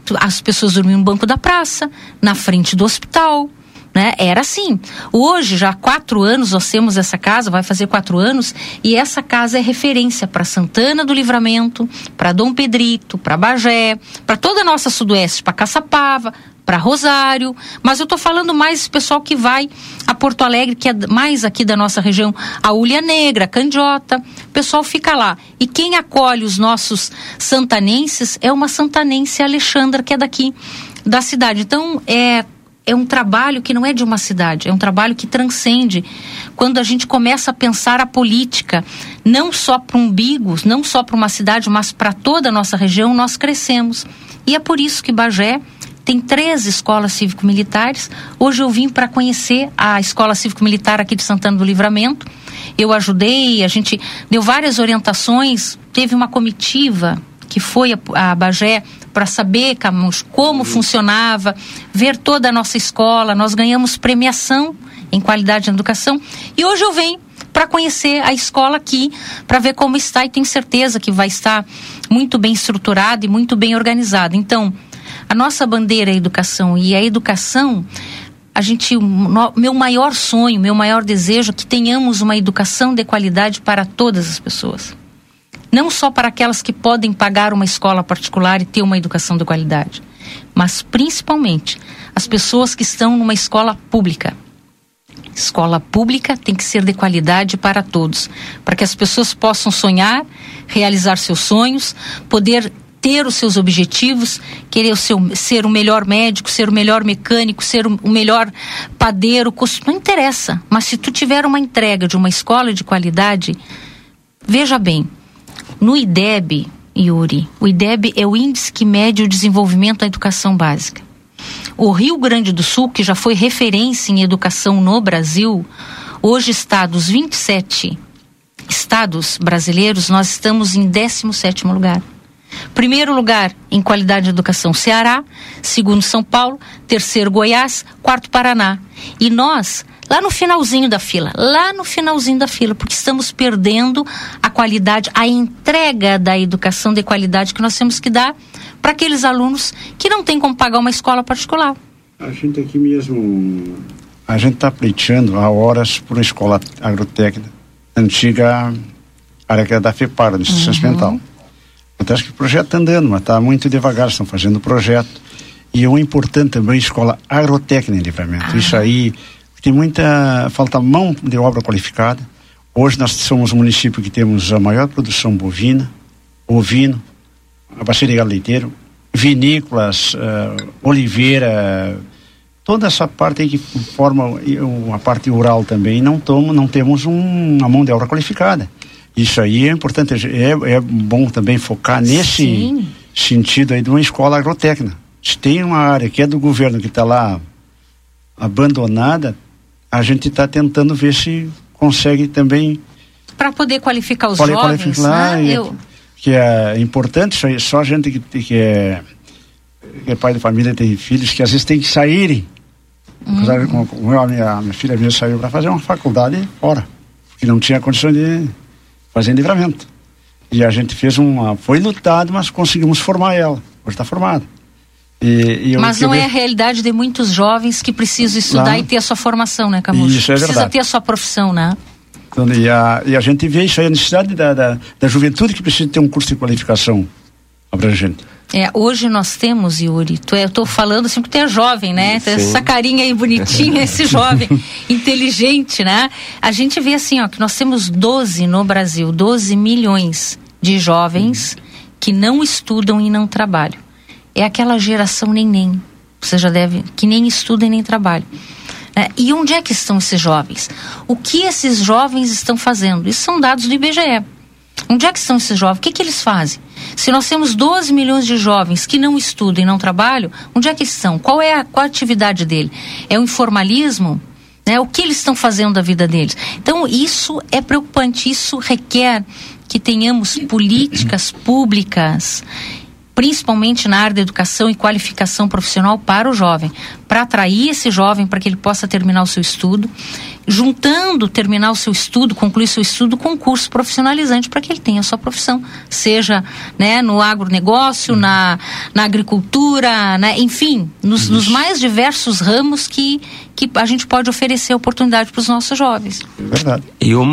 as pessoas dormiam no banco da praça, na frente do hospital, né? Era assim. Hoje, já há 4 anos, nós temos essa casa, vai fazer 4 anos, e essa casa é referência para Santana do Livramento, para Dom Pedrito, para Bagé, para toda a nossa Sudoeste, para Caçapava, para Rosário, mas eu estou falando mais esse pessoal que vai a Porto Alegre, que é mais aqui da nossa região, a Ulha Negra, a Candiota, o pessoal fica lá. E quem acolhe os nossos santanenses é uma santanense, Alexandra, que é daqui da cidade. Então, é um trabalho que não é de uma cidade, é um trabalho que transcende. Quando a gente começa a pensar a política, não só para umbigos, não só para uma cidade, mas para toda a nossa região, nós crescemos. E é por isso que Bagé tem 3 escolas cívico-militares. Hoje eu vim para conhecer a Escola Cívico-Militar aqui de Santana do Livramento. Eu ajudei, a gente deu várias orientações, teve uma comitiva que foi a Bagé para saber como funcionava, ver toda a nossa escola. Nós ganhamos premiação em qualidade de educação e hoje eu venho para conhecer a escola aqui, para ver como está, e tenho certeza que vai estar muito bem estruturada e muito bem organizada. Então, a nossa bandeira é a educação, e a educação, meu maior sonho, meu maior desejo é que tenhamos uma educação de qualidade para todas as pessoas. Não só para aquelas que podem pagar uma escola particular e ter uma educação de qualidade, mas principalmente as pessoas que estão numa escola pública. Escola pública tem que ser de qualidade para todos, para que as pessoas possam sonhar, realizar seus sonhos, poder ter os seus objetivos, querer ser o melhor médico, ser o melhor mecânico, ser o melhor padeiro, não interessa. Mas se tu tiver uma entrega de uma escola de qualidade, veja bem, no IDEB, Yuri, o IDEB é o Índice que mede o desenvolvimento da educação básica. O Rio Grande do Sul, que já foi referência em educação no Brasil, hoje está dos 27 estados brasileiros, nós estamos em 17º lugar. Primeiro lugar em qualidade de educação, Ceará. Segundo, São Paulo. Terceiro, Goiás. Quarto, Paraná. E nós, lá no finalzinho da fila, porque estamos perdendo a qualidade, a entrega da educação de qualidade que nós temos que dar para aqueles alunos que não têm como pagar uma escola particular. A gente aqui mesmo, a gente está pleiteando há horas por uma escola agrotécnica, antiga área que é da FEPAR, da Assistência Ambiental. Acontece que o projeto está andando, mas está muito devagar, estão fazendo o projeto. E o importante também, escola agrotécnica em Livramento. Isso aí, tem falta mão de obra qualificada. Hoje nós somos um município que temos a maior produção bovina, ovino, a bacia de gado leiteiro, vinícolas, oliveira, toda essa parte aí que forma uma parte rural também, não temos uma mão de obra qualificada. Isso aí é importante, é bom também focar nesse sentido aí de uma escola agrotécnica. Se tem uma área que é do governo que está lá abandonada, a gente está tentando ver se consegue também para poder qualificar os jovens, né? Que é importante, isso aí, só a gente que é pai de família, tem filhos que às vezes tem que saírem. A minha filha mesmo saiu para fazer uma faculdade fora, porque não tinha condição de fazer em Livramento. E a gente foi lutado, mas conseguimos formar ela. Hoje está formada. Mas não é a realidade de muitos jovens que precisam estudar e ter a sua formação, né, Camus? Isso é verdade. Precisa ter a sua profissão, né? Então, e a gente vê isso aí, a necessidade da juventude que precisa ter um curso de qualificação abrangente. Hoje nós temos, Yuri, eu estou falando assim porque tu é jovem, né? Tem essa carinha aí bonitinha, esse jovem inteligente, né? A gente vê assim, que nós temos 12 no Brasil, 12 milhões de jovens que não estudam e não trabalham. É aquela geração neném, você já deve, que nem estuda e nem trabalha. E onde é que estão esses jovens? O que esses jovens estão fazendo? Isso são dados do IBGE. Onde é que estão esses jovens? O que eles fazem? Se nós temos 12 milhões de jovens que não estudam e não trabalham, onde é que eles estão? Qual a atividade dele? É o informalismo? O que eles estão fazendo da vida deles? Então, isso é preocupante. Isso requer que tenhamos políticas públicas, principalmente na área da educação e qualificação profissional para o jovem, para atrair esse jovem para que ele possa terminar o seu estudo. terminar o seu estudo, concluir seu estudo com um curso profissionalizante para que ele tenha a sua profissão, seja, né, no agronegócio, na agricultura, né, enfim, nos mais diversos ramos que a gente pode oferecer oportunidade para os nossos jovens. Verdade.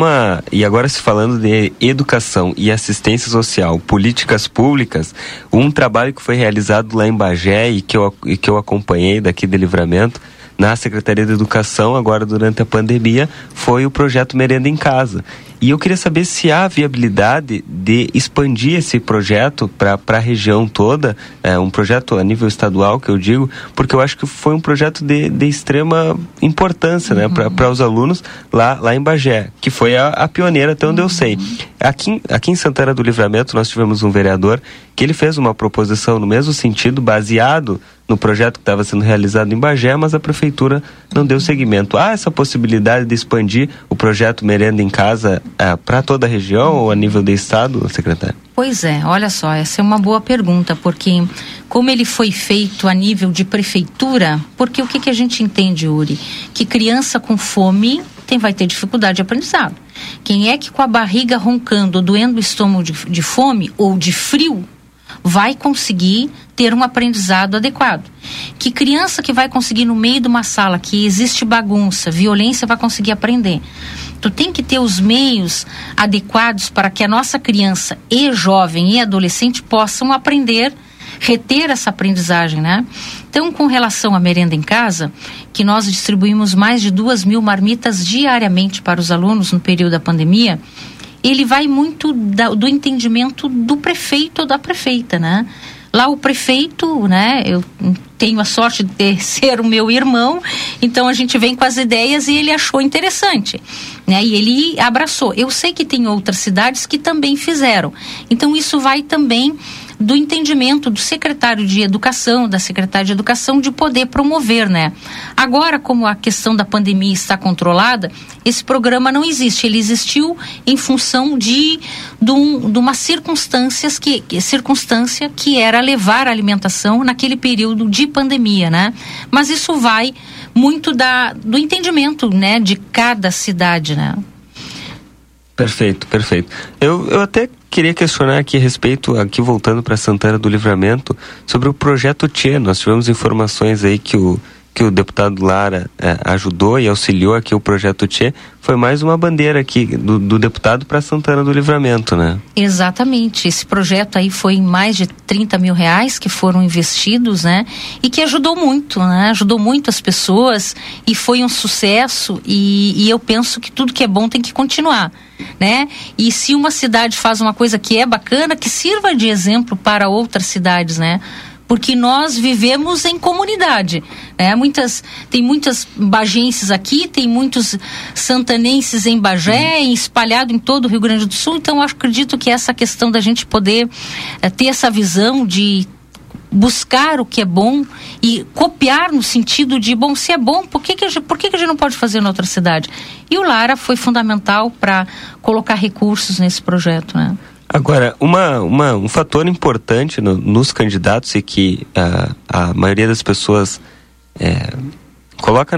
E agora se falando de educação e assistência social, políticas públicas, um trabalho que foi realizado lá em Bagé e que eu acompanhei daqui de Livramento, na Secretaria de Educação, agora durante a pandemia, foi o projeto Merenda em Casa. E eu queria saber se há viabilidade de expandir esse projeto para a região toda, um projeto a nível estadual, que eu digo, porque eu acho que foi um projeto de extrema importância, né, para os alunos lá em Bagé, que foi a pioneira, até onde eu sei. Aqui em Santana do Livramento nós tivemos um vereador que ele fez uma proposição no mesmo sentido, baseado no projeto que estava sendo realizado em Bagé, mas a prefeitura não deu seguimento. Há essa possibilidade de expandir o projeto Merenda em Casa para toda a região ou a nível de estado, secretário? Pois é, olha só, essa é uma boa pergunta, porque como ele foi feito a nível de prefeitura, porque o que a gente entende, Yuri? Que criança com fome vai ter dificuldade de aprendizado. Quem é que com a barriga roncando, doendo o estômago de fome ou de frio, vai conseguir ter um aprendizado adequado? Que criança que vai conseguir no meio de uma sala que existe bagunça, violência, vai conseguir aprender? Tu tem que ter os meios adequados para que a nossa criança e jovem e adolescente possam aprender, reter essa aprendizagem, né? Então, com relação à merenda em casa, que nós distribuímos mais de 2.000 marmitas diariamente para os alunos no período da pandemia, ele vai muito do entendimento do prefeito ou da prefeita, né? Lá o prefeito, né, eu tenho a sorte de ser o meu irmão, então a gente vem com as ideias e ele achou interessante, né, e ele abraçou. Eu sei que tem outras cidades que também fizeram, então isso vai também do entendimento do secretário de Educação, da secretária de Educação, de poder promover, né? Agora, como a questão da pandemia está controlada, esse programa não existe. Ele existiu em função de uma circunstância que era levar a alimentação naquele período de pandemia, né? Mas isso vai muito do entendimento, né, de cada cidade, né? Perfeito. Eu até queria questionar aqui a respeito, aqui voltando para Santana do Livramento, sobre o projeto Tchê. Nós tivemos informações aí que o deputado Lara ajudou e auxiliou aqui o projeto Tchê. Foi mais uma bandeira aqui do deputado para Santana do Livramento, né? Exatamente. Esse projeto aí foi mais de 30 mil reais que foram investidos, né? E que ajudou muito, né? Ajudou muito as pessoas e foi um sucesso e eu penso que tudo que é bom tem que continuar, né? E se uma cidade faz uma coisa que é bacana, que sirva de exemplo para outras cidades, né? Porque nós vivemos em comunidade, né? Tem muitas bagenses aqui, tem muitos santanenses em Bagé, espalhado em todo o Rio Grande do Sul, então eu acredito que essa questão da gente poder ter essa visão de buscar o que é bom e copiar no sentido de, bom, se é bom, por que a gente não pode fazer em outra cidade? E o Lara foi fundamental para colocar recursos nesse projeto, né? Agora, um fator importante nos candidatos e que a maioria das pessoas coloca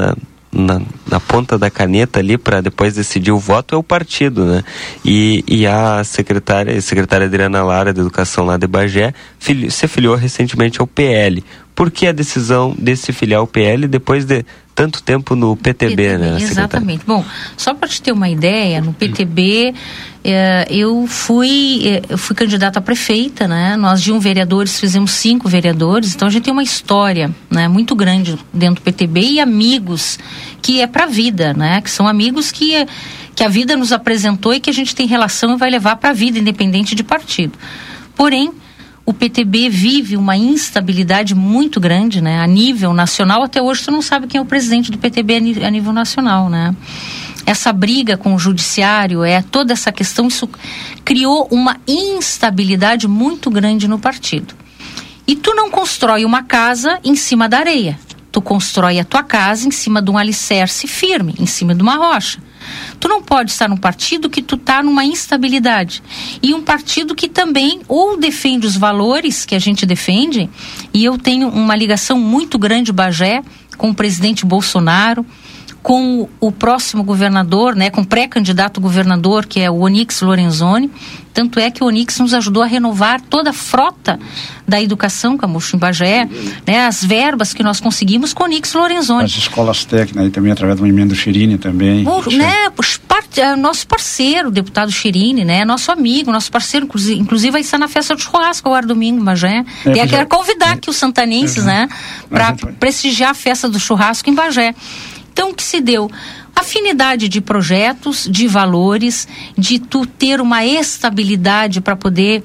na ponta da caneta ali para depois decidir o voto é o partido, né? E a secretária Adriana Lara de Educação lá de Bagé se filiou recentemente ao PL. Por que a decisão de se filiar ao PL depois de tanto tempo no PTB, né? Exatamente. Bom, só para te ter uma ideia, no PTB eu fui candidata a prefeita, né? Nós de 1 vereador fizemos 5 vereadores, então a gente tem uma história, né, muito grande dentro do PTB e amigos que é pra vida, né? Que são amigos que a vida nos apresentou e que a gente tem relação e vai levar pra vida, independente de partido. Porém, o PTB vive uma instabilidade muito grande, né? A nível nacional, até hoje tu não sabe quem é o presidente do PTB a nível nacional, né? Essa briga com o judiciário, toda essa questão, isso criou uma instabilidade muito grande no partido. E tu não constrói uma casa em cima da areia. Tu constrói a tua casa em cima de um alicerce firme, em cima de uma rocha. Tu não pode estar num partido que tu tá numa instabilidade. E um partido que também ou defende os valores que a gente defende, e eu tenho uma ligação muito grande, Bagé, com o presidente Bolsonaro, com o próximo governador, né, com o pré-candidato governador, que é o Onyx Lorenzoni. Tanto é que o Onyx nos ajudou a renovar toda a frota da educação, Camucho, em Bagé, né, as verbas que nós conseguimos com o Onyx Lorenzoni. As escolas técnicas aí também, através do emenda do Chirini também. Nosso parceiro, o deputado Chirini, né, nosso amigo, nosso parceiro, inclusive vai estar na festa do churrasco agora domingo em Bagé. Eu quero convidar aqui os santanenses, né, para prestigiar a festa do churrasco em Bagé. Então, o que se deu? Afinidade de projetos, de valores, de tu ter uma estabilidade para poder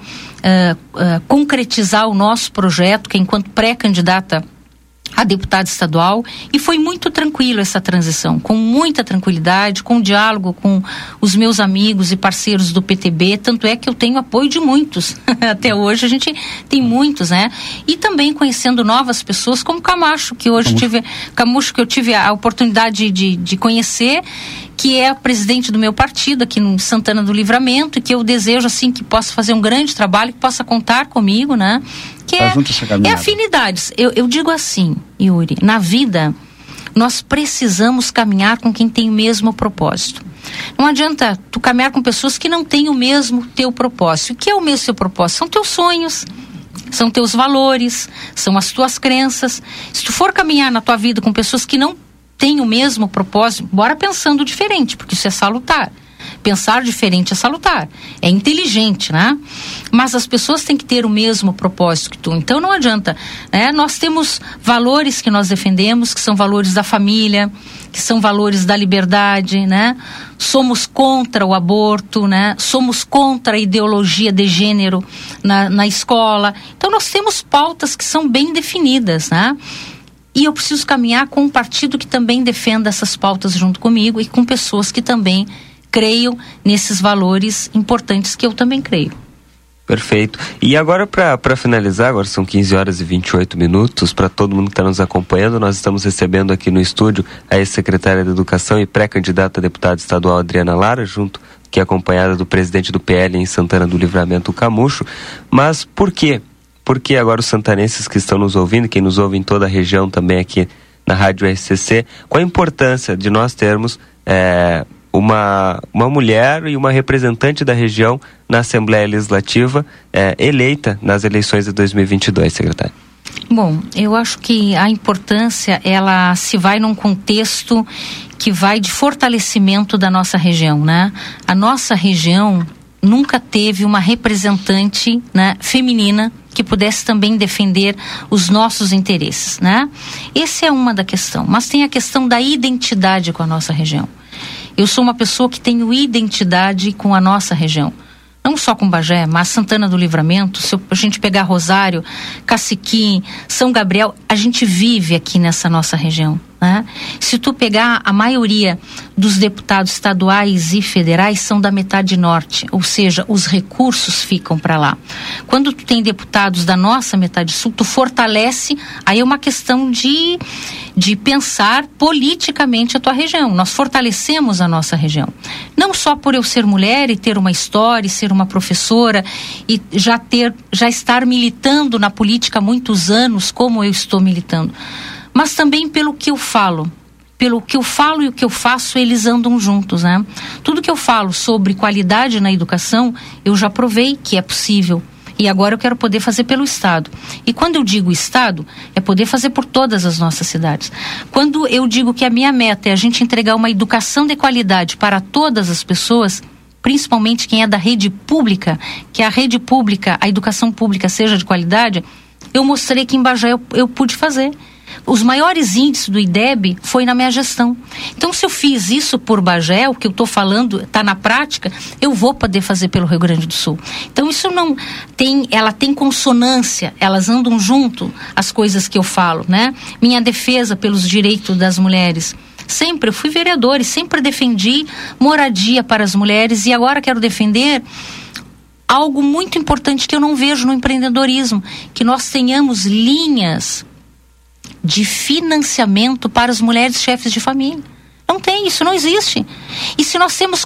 concretizar o nosso projeto, que é enquanto pré-candidata a deputada estadual, e foi muito tranquilo essa transição, com muita tranquilidade, com diálogo com os meus amigos e parceiros do PTB, tanto é que eu tenho apoio de muitos, até hoje a gente tem muitos, né? E também conhecendo novas pessoas, como Camacho, que hoje eu tive a oportunidade de conhecer, que é presidente do meu partido aqui no Santana do Livramento, e que eu desejo, assim, que possa fazer um grande trabalho, que possa contar comigo, né? Que é afinidades. Eu digo assim, Yuri, na vida nós precisamos caminhar com quem tem o mesmo propósito. Não adianta tu caminhar com pessoas que não têm o mesmo teu propósito. O que é o mesmo teu propósito? São teus sonhos, são teus valores, são as tuas crenças. Se tu for caminhar na tua vida com pessoas que não têm o mesmo propósito, bora pensando diferente, porque isso é salutar. Pensar diferente é salutar, é inteligente, né? Mas as pessoas têm que ter o mesmo propósito que tu. Então não adianta, né? Nós temos valores que nós defendemos, que são valores da família, que são valores da liberdade, né? Somos contra o aborto, né? Somos contra a ideologia de gênero na escola. Então nós temos pautas que são bem definidas, né? E eu preciso caminhar com um partido que também defenda essas pautas junto comigo e com pessoas que também creio nesses valores importantes que eu também creio. Perfeito. E agora, para finalizar, agora são 15 horas e 28 minutos, para todo mundo que está nos acompanhando, nós estamos recebendo aqui no estúdio a ex-secretária de Educação e pré-candidata a deputada estadual Adriana Lara, junto, que é acompanhada do presidente do PL em Santana do Livramento, o Camucho. Mas por quê? Porque agora os santanenses que estão nos ouvindo, quem nos ouve em toda a região também aqui na Rádio RCC, qual a importância de nós termos uma mulher e uma representante da região na Assembleia Legislativa eleita nas eleições de 2022, secretário? Bom, eu acho que a importância, ela se vai num contexto que vai de fortalecimento da nossa região, né? A nossa região nunca teve uma representante, né, feminina que pudesse também defender os nossos interesses, né? Essa é uma da questão, mas tem a questão da identidade com a nossa região. Eu sou uma pessoa que tenho identidade com a nossa região. Não só com Bagé, mas Santana do Livramento, se a gente pegar Rosário, Caciquim, São Gabriel, a gente vive aqui nessa nossa região, né? Se tu pegar a maioria dos deputados estaduais e federais são da metade norte, ou seja, os recursos ficam para lá. Quando tu tem deputados da nossa metade sul, tu fortalece, aí é uma questão de pensar politicamente a tua região. Nós fortalecemos a nossa região. Não só por eu ser mulher e ter uma história, e ser uma professora e já estar militando na política há muitos anos, como eu estou militando, mas também pelo que eu falo. Pelo que eu falo e o que eu faço, eles andam juntos, né? Tudo que eu falo sobre qualidade na educação, eu já provei que é possível. E agora eu quero poder fazer pelo Estado. E quando eu digo Estado, é poder fazer por todas as nossas cidades. Quando eu digo que a minha meta é a gente entregar uma educação de qualidade para todas as pessoas, principalmente quem é da rede pública, que a rede pública, a educação pública seja de qualidade, eu mostrei que em Bagé eu pude fazer. Os maiores índices do IDEB foi na minha gestão. Então, se eu fiz isso por Bagé, o que eu estou falando está na prática, eu vou poder fazer pelo Rio Grande do Sul. Então, isso não tem, ela tem consonância, elas andam junto, as coisas que eu falo, né? Minha defesa pelos direitos das mulheres. Sempre, eu fui vereadora e sempre defendi moradia para as mulheres e agora quero defender algo muito importante que eu não vejo no empreendedorismo, que nós tenhamos linhas de financiamento para as mulheres chefes de família. Não tem, isso não existe. E se nós temos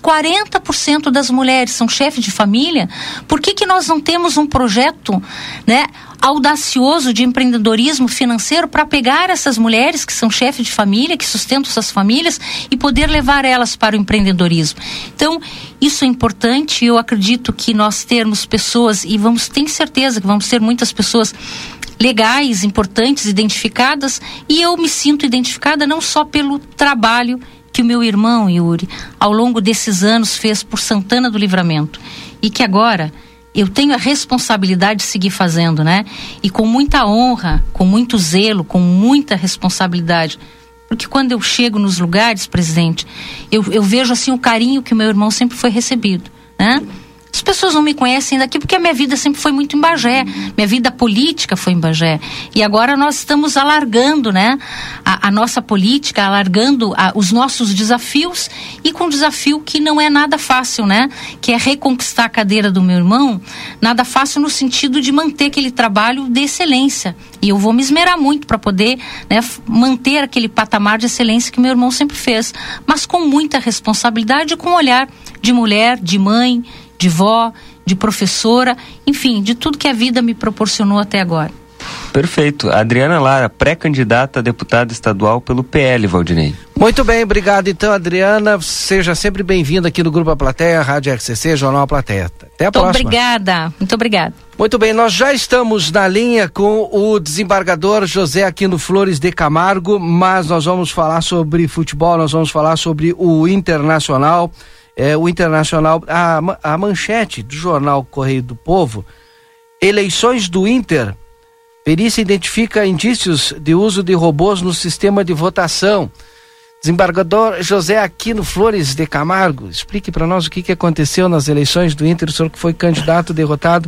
40% das mulheres são chefes de família, por que nós não temos um projeto, né, audacioso de empreendedorismo financeiro para pegar essas mulheres que são chefes de família, que sustentam suas famílias e poder levar elas para o empreendedorismo? Então, isso é importante. Eu acredito que nós termos pessoas, e tenho certeza que vamos ter muitas pessoas legais, importantes, identificadas, e eu me sinto identificada não só pelo trabalho que o meu irmão, Yuri, ao longo desses anos fez por Santana do Livramento, e que agora eu tenho a responsabilidade de seguir fazendo, né? E com muita honra, com muito zelo, com muita responsabilidade. Porque quando eu chego nos lugares, presidente, eu vejo assim o carinho que o meu irmão sempre foi recebido, né? As pessoas não me conhecem daqui porque a minha vida sempre foi muito em Bagé. Minha vida política foi em Bagé. E agora nós estamos alargando, né, a nossa política, alargando os nossos desafios, e com um desafio que não é nada fácil, né? Que é reconquistar a cadeira do meu irmão. Nada fácil no sentido de manter aquele trabalho de excelência. E eu vou me esmerar muito para poder, né, manter aquele patamar de excelência que meu irmão sempre fez. Mas com muita responsabilidade e com um olhar de mulher, de mãe, de vó, de professora, enfim, de tudo que a vida me proporcionou até agora. Perfeito. Adriana Lara, pré-candidata a deputada estadual pelo PL, Valdinei. Muito bem, obrigado então, Adriana. Seja sempre bem-vinda aqui no Grupo A Plateia, Rádio RCC, Jornal A Plateia. Até a próxima. Muito obrigada. Muito bem, nós já estamos na linha com o desembargador José Aquino Flores de Camargo, mas nós vamos falar sobre futebol, nós vamos falar sobre o Internacional. O Internacional, a manchete do jornal Correio do Povo: eleições do Inter, perícia identifica indícios de uso de robôs no sistema de votação. Desembargador José Aquino Flores de Camargo, explique para nós o que aconteceu nas eleições do Inter, o senhor que foi candidato derrotado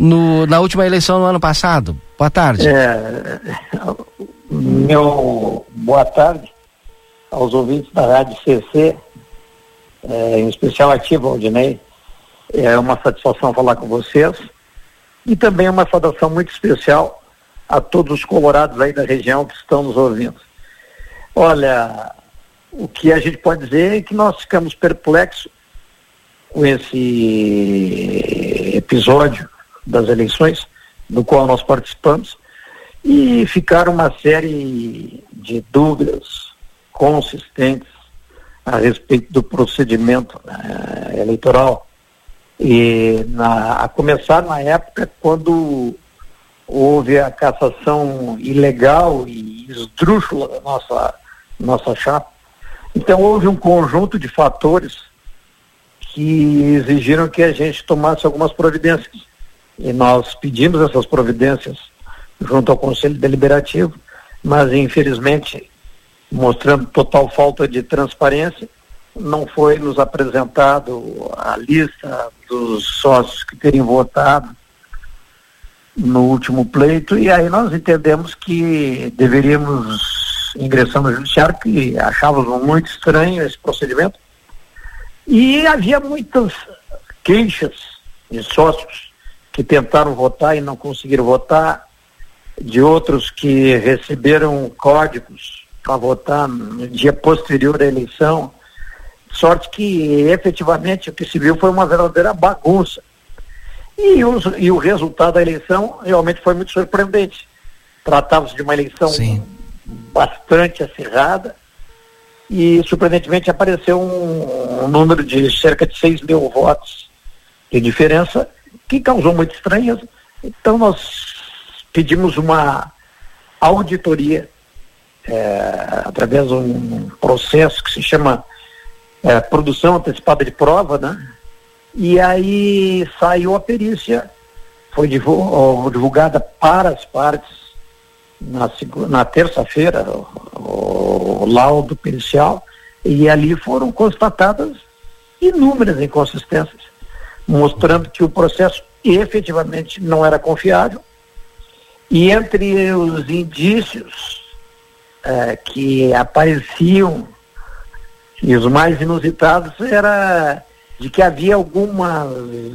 na última eleição no ano passado. Boa tarde. Boa tarde aos ouvintes da Rádio CC, em especial a ti, Valdinei. É uma satisfação falar com vocês, e também uma saudação muito especial a todos os colorados aí da região que estão nos ouvindo. Olha, o que a gente pode dizer é que nós ficamos perplexos com esse episódio das eleições, do qual nós participamos, e ficaram uma série de dúvidas consistentes a respeito do procedimento eleitoral, e a começar na época quando houve a cassação ilegal e esdrúxula da nossa chapa. Então houve um conjunto de fatores que exigiram que a gente tomasse algumas providências, e nós pedimos essas providências junto ao Conselho Deliberativo, mas infelizmente, mostrando total falta de transparência, não foi nos apresentado a lista dos sócios que teriam votado no último pleito, e aí nós entendemos que deveríamos ingressar no judiciário, que achávamos muito estranho esse procedimento, e havia muitas queixas de sócios que tentaram votar e não conseguiram votar, de outros que receberam códigos para votar no dia posterior à eleição, sorte que efetivamente o que se viu foi uma verdadeira bagunça. E o resultado da eleição realmente foi muito surpreendente. Tratava-se de uma eleição bastante acirrada, e surpreendentemente apareceu um número de cerca de 6 mil votos de diferença, que causou muita estranheza. Então nós pedimos uma auditoria através de um processo que se chama produção antecipada de prova, né? E aí saiu a perícia, foi divulgada para as partes na terça-feira, o laudo pericial, e ali foram constatadas inúmeras inconsistências, mostrando que o processo efetivamente não era confiável, e entre os indícios que apareciam, e os mais inusitados, era de que havia algumas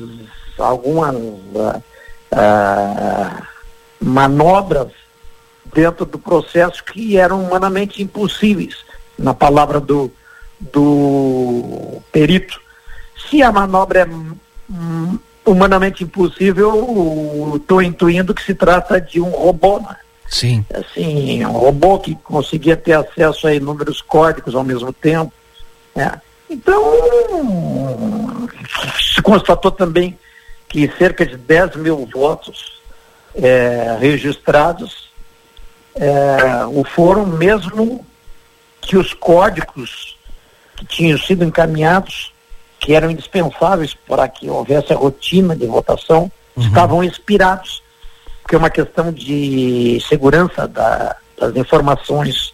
manobras dentro do processo que eram humanamente impossíveis, na palavra do do perito. Se a manobra é humanamente impossível, estou intuindo que se trata de um robô, né? Sim. Assim, um robô que conseguia ter acesso a inúmeros códigos ao mesmo tempo. Né? Então, se constatou também que cerca de 10 mil votos registrados foram mesmo que os códigos que tinham sido encaminhados, que eram indispensáveis para que houvesse a rotina de votação, estavam expirados, porque é uma questão de segurança das informações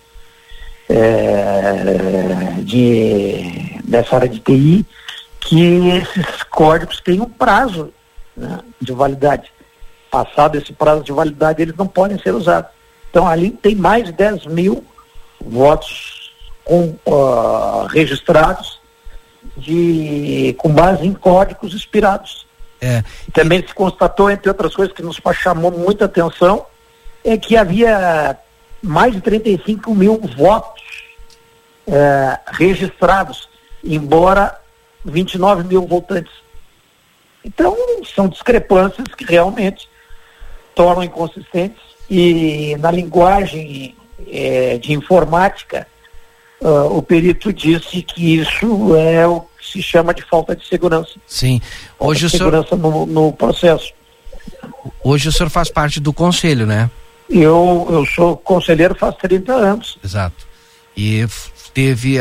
dessa área de TI, que esses códigos têm um prazo, né, de validade. Passado esse prazo de validade, eles não podem ser usados. Então ali tem mais de 10 mil votos registrados com base em códigos expirados. Também se constatou, entre outras coisas, que nos chamou muita atenção, é que havia mais de 35 mil votos registrados, embora 29 mil votantes. Então, são discrepâncias que realmente tornam inconsistentes, e na linguagem de informática, o perito disse que isso é o que se chama de falta de segurança. Sim. Hoje segurança no processo. Hoje o senhor faz parte do conselho, né? Eu sou conselheiro faz 30 anos. Exato. E teve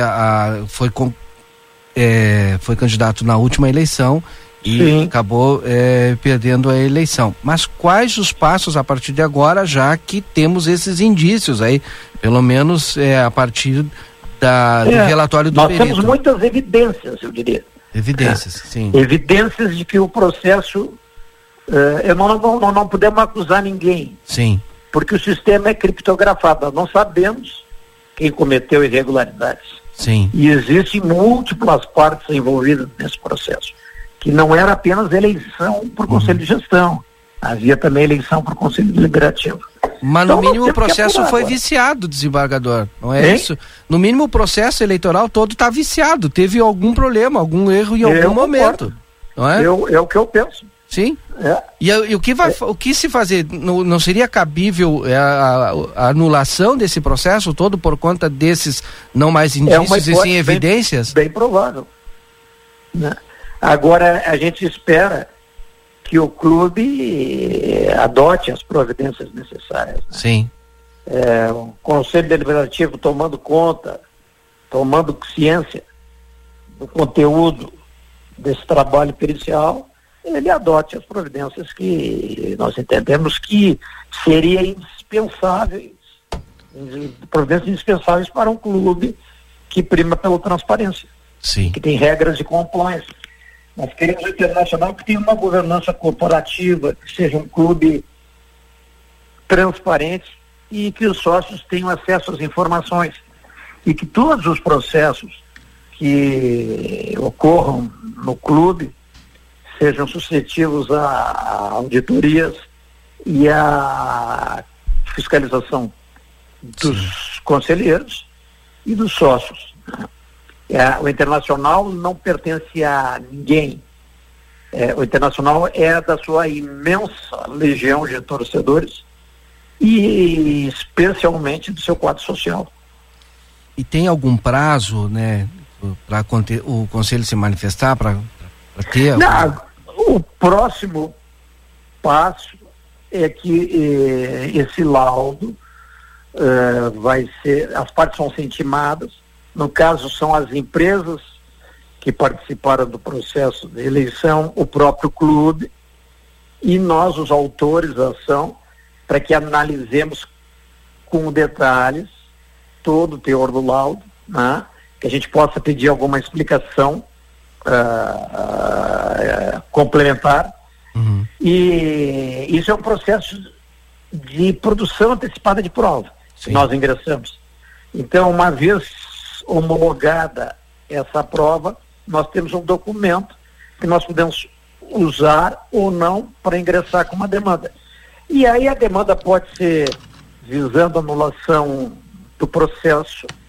foi candidato na última eleição e Sim. acabou perdendo a eleição. Mas quais os passos a partir de agora, já que temos esses indícios aí, pelo menos a partir do relatório do perito? Nós temos muitas evidências, eu diria. Evidências, sim. Evidências de que o processo, não podemos acusar ninguém. Sim. Porque o sistema é criptografado, nós não sabemos quem cometeu irregularidades. Sim. E existem múltiplas partes envolvidas nesse processo, que não era apenas eleição por Conselho de Gestão, havia também eleição por Conselho Deliberativo. Mas Então, no mínimo o processo foi agora. viciado, desembargador, não é isso? No mínimo o processo eleitoral todo está viciado, teve algum problema, algum erro em algum momento, não é? É o que eu penso. Sim. E o que se fazer? Não seria cabível a anulação desse processo todo por conta desses não mais indícios e sim evidências? Bem provável. Né? Agora a gente espera que o clube adote as providências necessárias. Né? Sim. O Conselho Deliberativo tomando ciência do conteúdo desse trabalho pericial, ele adote as providências que nós entendemos que seria providências indispensáveis para um clube que prima pela transparência. Sim. Que tem regras de compliance. Nós queremos o Internacional que tenha uma governança corporativa, que seja um clube transparente e que os sócios tenham acesso às informações. E que todos os processos que ocorram no clube sejam suscetíveis a auditorias e a fiscalização dos conselheiros e dos sócios. O Internacional não pertence a ninguém. O Internacional é da sua imensa legião de torcedores e especialmente do seu quadro social. E tem algum prazo, né, para o Conselho se manifestar, para ter? O próximo passo é que esse laudo vai ser, as partes vão ser intimadas. No caso, são as empresas que participaram do processo de eleição, o próprio clube e nós, os autores da ação, para que analisemos com detalhes todo o teor do laudo, né? Que a gente possa pedir alguma explicação complementar. E isso é um processo de produção antecipada de prova. Sim. Nós ingressamos. Então, uma vez homologada essa prova, nós temos um documento que nós podemos usar ou não para ingressar com uma demanda. E aí a demanda pode ser visando anulação do processo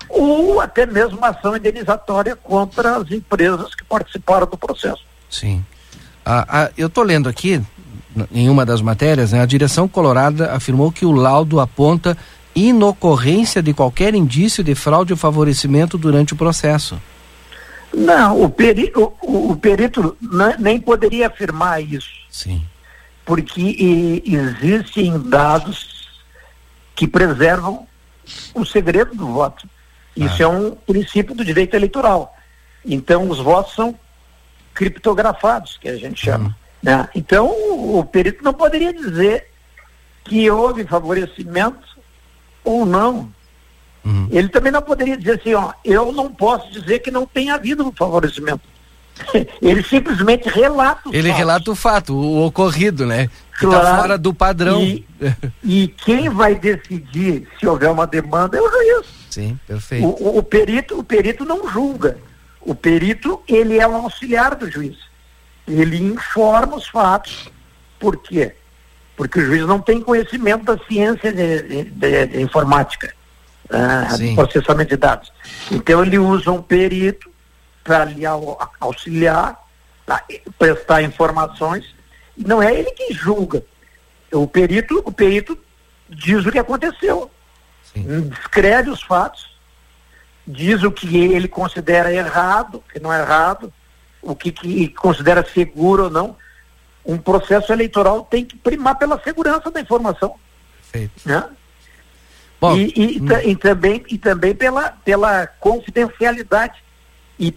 ou até mesmo uma ação indenizatória contra as empresas que participaram do processo. Sim. Eu estou lendo aqui, em uma das matérias, né, a direção colorada afirmou que o laudo aponta inocorrência de qualquer indício de fraude ou favorecimento durante o processo. Não, o perito nem poderia afirmar isso. Sim. Porque existem dados que preservam o segredo do voto. Isso é um princípio do direito eleitoral. Então, os votos são criptografados, que a gente chama. Né? Então, o perito não poderia dizer que houve favorecimento ou não. Ele também não poderia dizer assim, eu não posso dizer que não tenha havido favorecimento. Ele simplesmente relata o fato. Relata o fato, o ocorrido, né? Que claro, está fora do padrão. E quem vai decidir se houver uma demanda é o juiz. Sim, perfeito. O perito não julga. O perito, ele é um auxiliar do juiz. Ele informa os fatos. Por quê? Porque o juiz não tem conhecimento da ciência de informática, do processamento de dados. Então ele usa um perito para lhe auxiliar, prestar informações. Não é ele que julga. O perito diz o que aconteceu. Descreve os fatos, diz o que ele considera errado, o que não é errado, o que considera seguro ou não. Um processo eleitoral tem que primar pela segurança da informação. Perfeito. Né? Bom, e também pela confidencialidade. E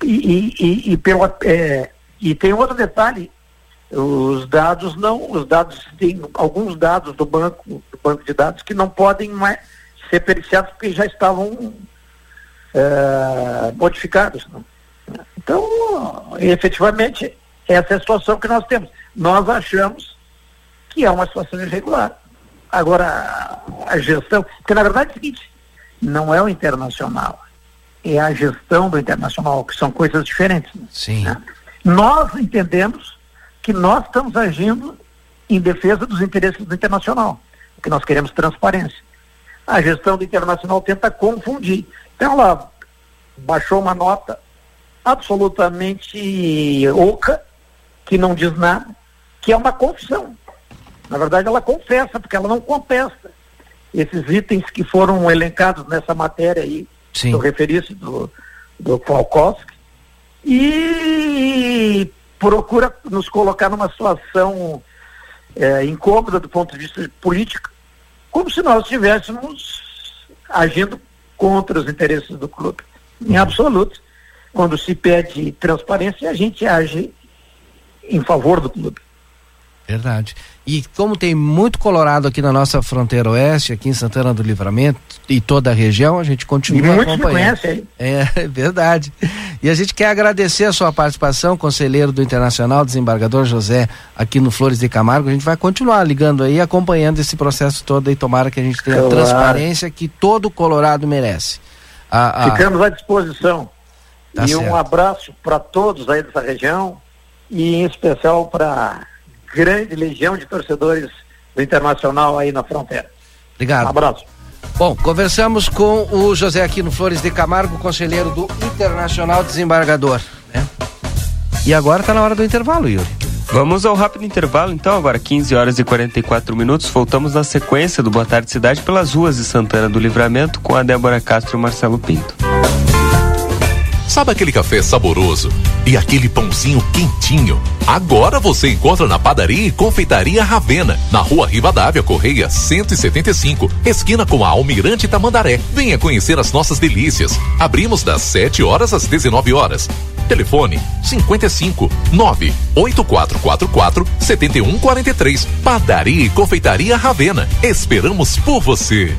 tem outro detalhe, tem alguns dados do banco de dados que não podem mais ser periciados porque já estavam modificados. Né? Então, efetivamente, essa é a situação que nós temos. Nós achamos que é uma situação irregular. Agora, a gestão, porque na verdade é o seguinte, não é o internacional, é a gestão do internacional, que são coisas diferentes. Né? Sim. Né? Nós entendemos que nós estamos agindo em defesa dos interesses do internacional, porque nós queremos transparência. A gestão do internacional tenta confundir. Então ela baixou uma nota absolutamente oca, que não diz nada, que é uma confissão. Na verdade ela confessa, porque ela não contesta esses itens que foram elencados nessa matéria aí, que eu referi-se do Falkowski, e procura nos colocar numa situação incômoda do ponto de vista político, como se nós estivéssemos agindo contra os interesses do clube. Em absoluto. Quando se pede transparência, a gente age em favor do clube. Verdade. E como tem muito colorado aqui na nossa fronteira oeste, aqui em Santana do Livramento e toda a região, a gente continua acompanhando. É verdade. E a gente quer agradecer a sua participação, conselheiro do Internacional, desembargador José, aqui no Flores de Camargo. A gente vai continuar ligando aí, acompanhando esse processo todo e tomara que a gente tenha a transparência que todo colorado merece. Ficamos à disposição. Tá certo. Um abraço para todos aí dessa região e em especial para grande legião de torcedores do Internacional aí na fronteira. Obrigado. Um abraço. Bom, conversamos com o José aqui no Flores de Camargo, conselheiro do Internacional, desembargador, né? E agora está na hora do intervalo, Yuri. Vamos ao rápido intervalo, então, agora 15h44. Voltamos na sequência do Boa Tarde Cidade pelas ruas de Santana do Livramento com a Débora Castro e o Marcelo Pinto. Sabe aquele café saboroso e aquele pãozinho quentinho? Agora você encontra na Padaria e Confeitaria Ravena, na Rua Rivadavia Correia 175, esquina com a Almirante Tamandaré. Venha conhecer as nossas delícias. Abrimos das 7 horas às 19 horas. Telefone 55 98444 7143. Padaria e Confeitaria Ravena. Esperamos por você.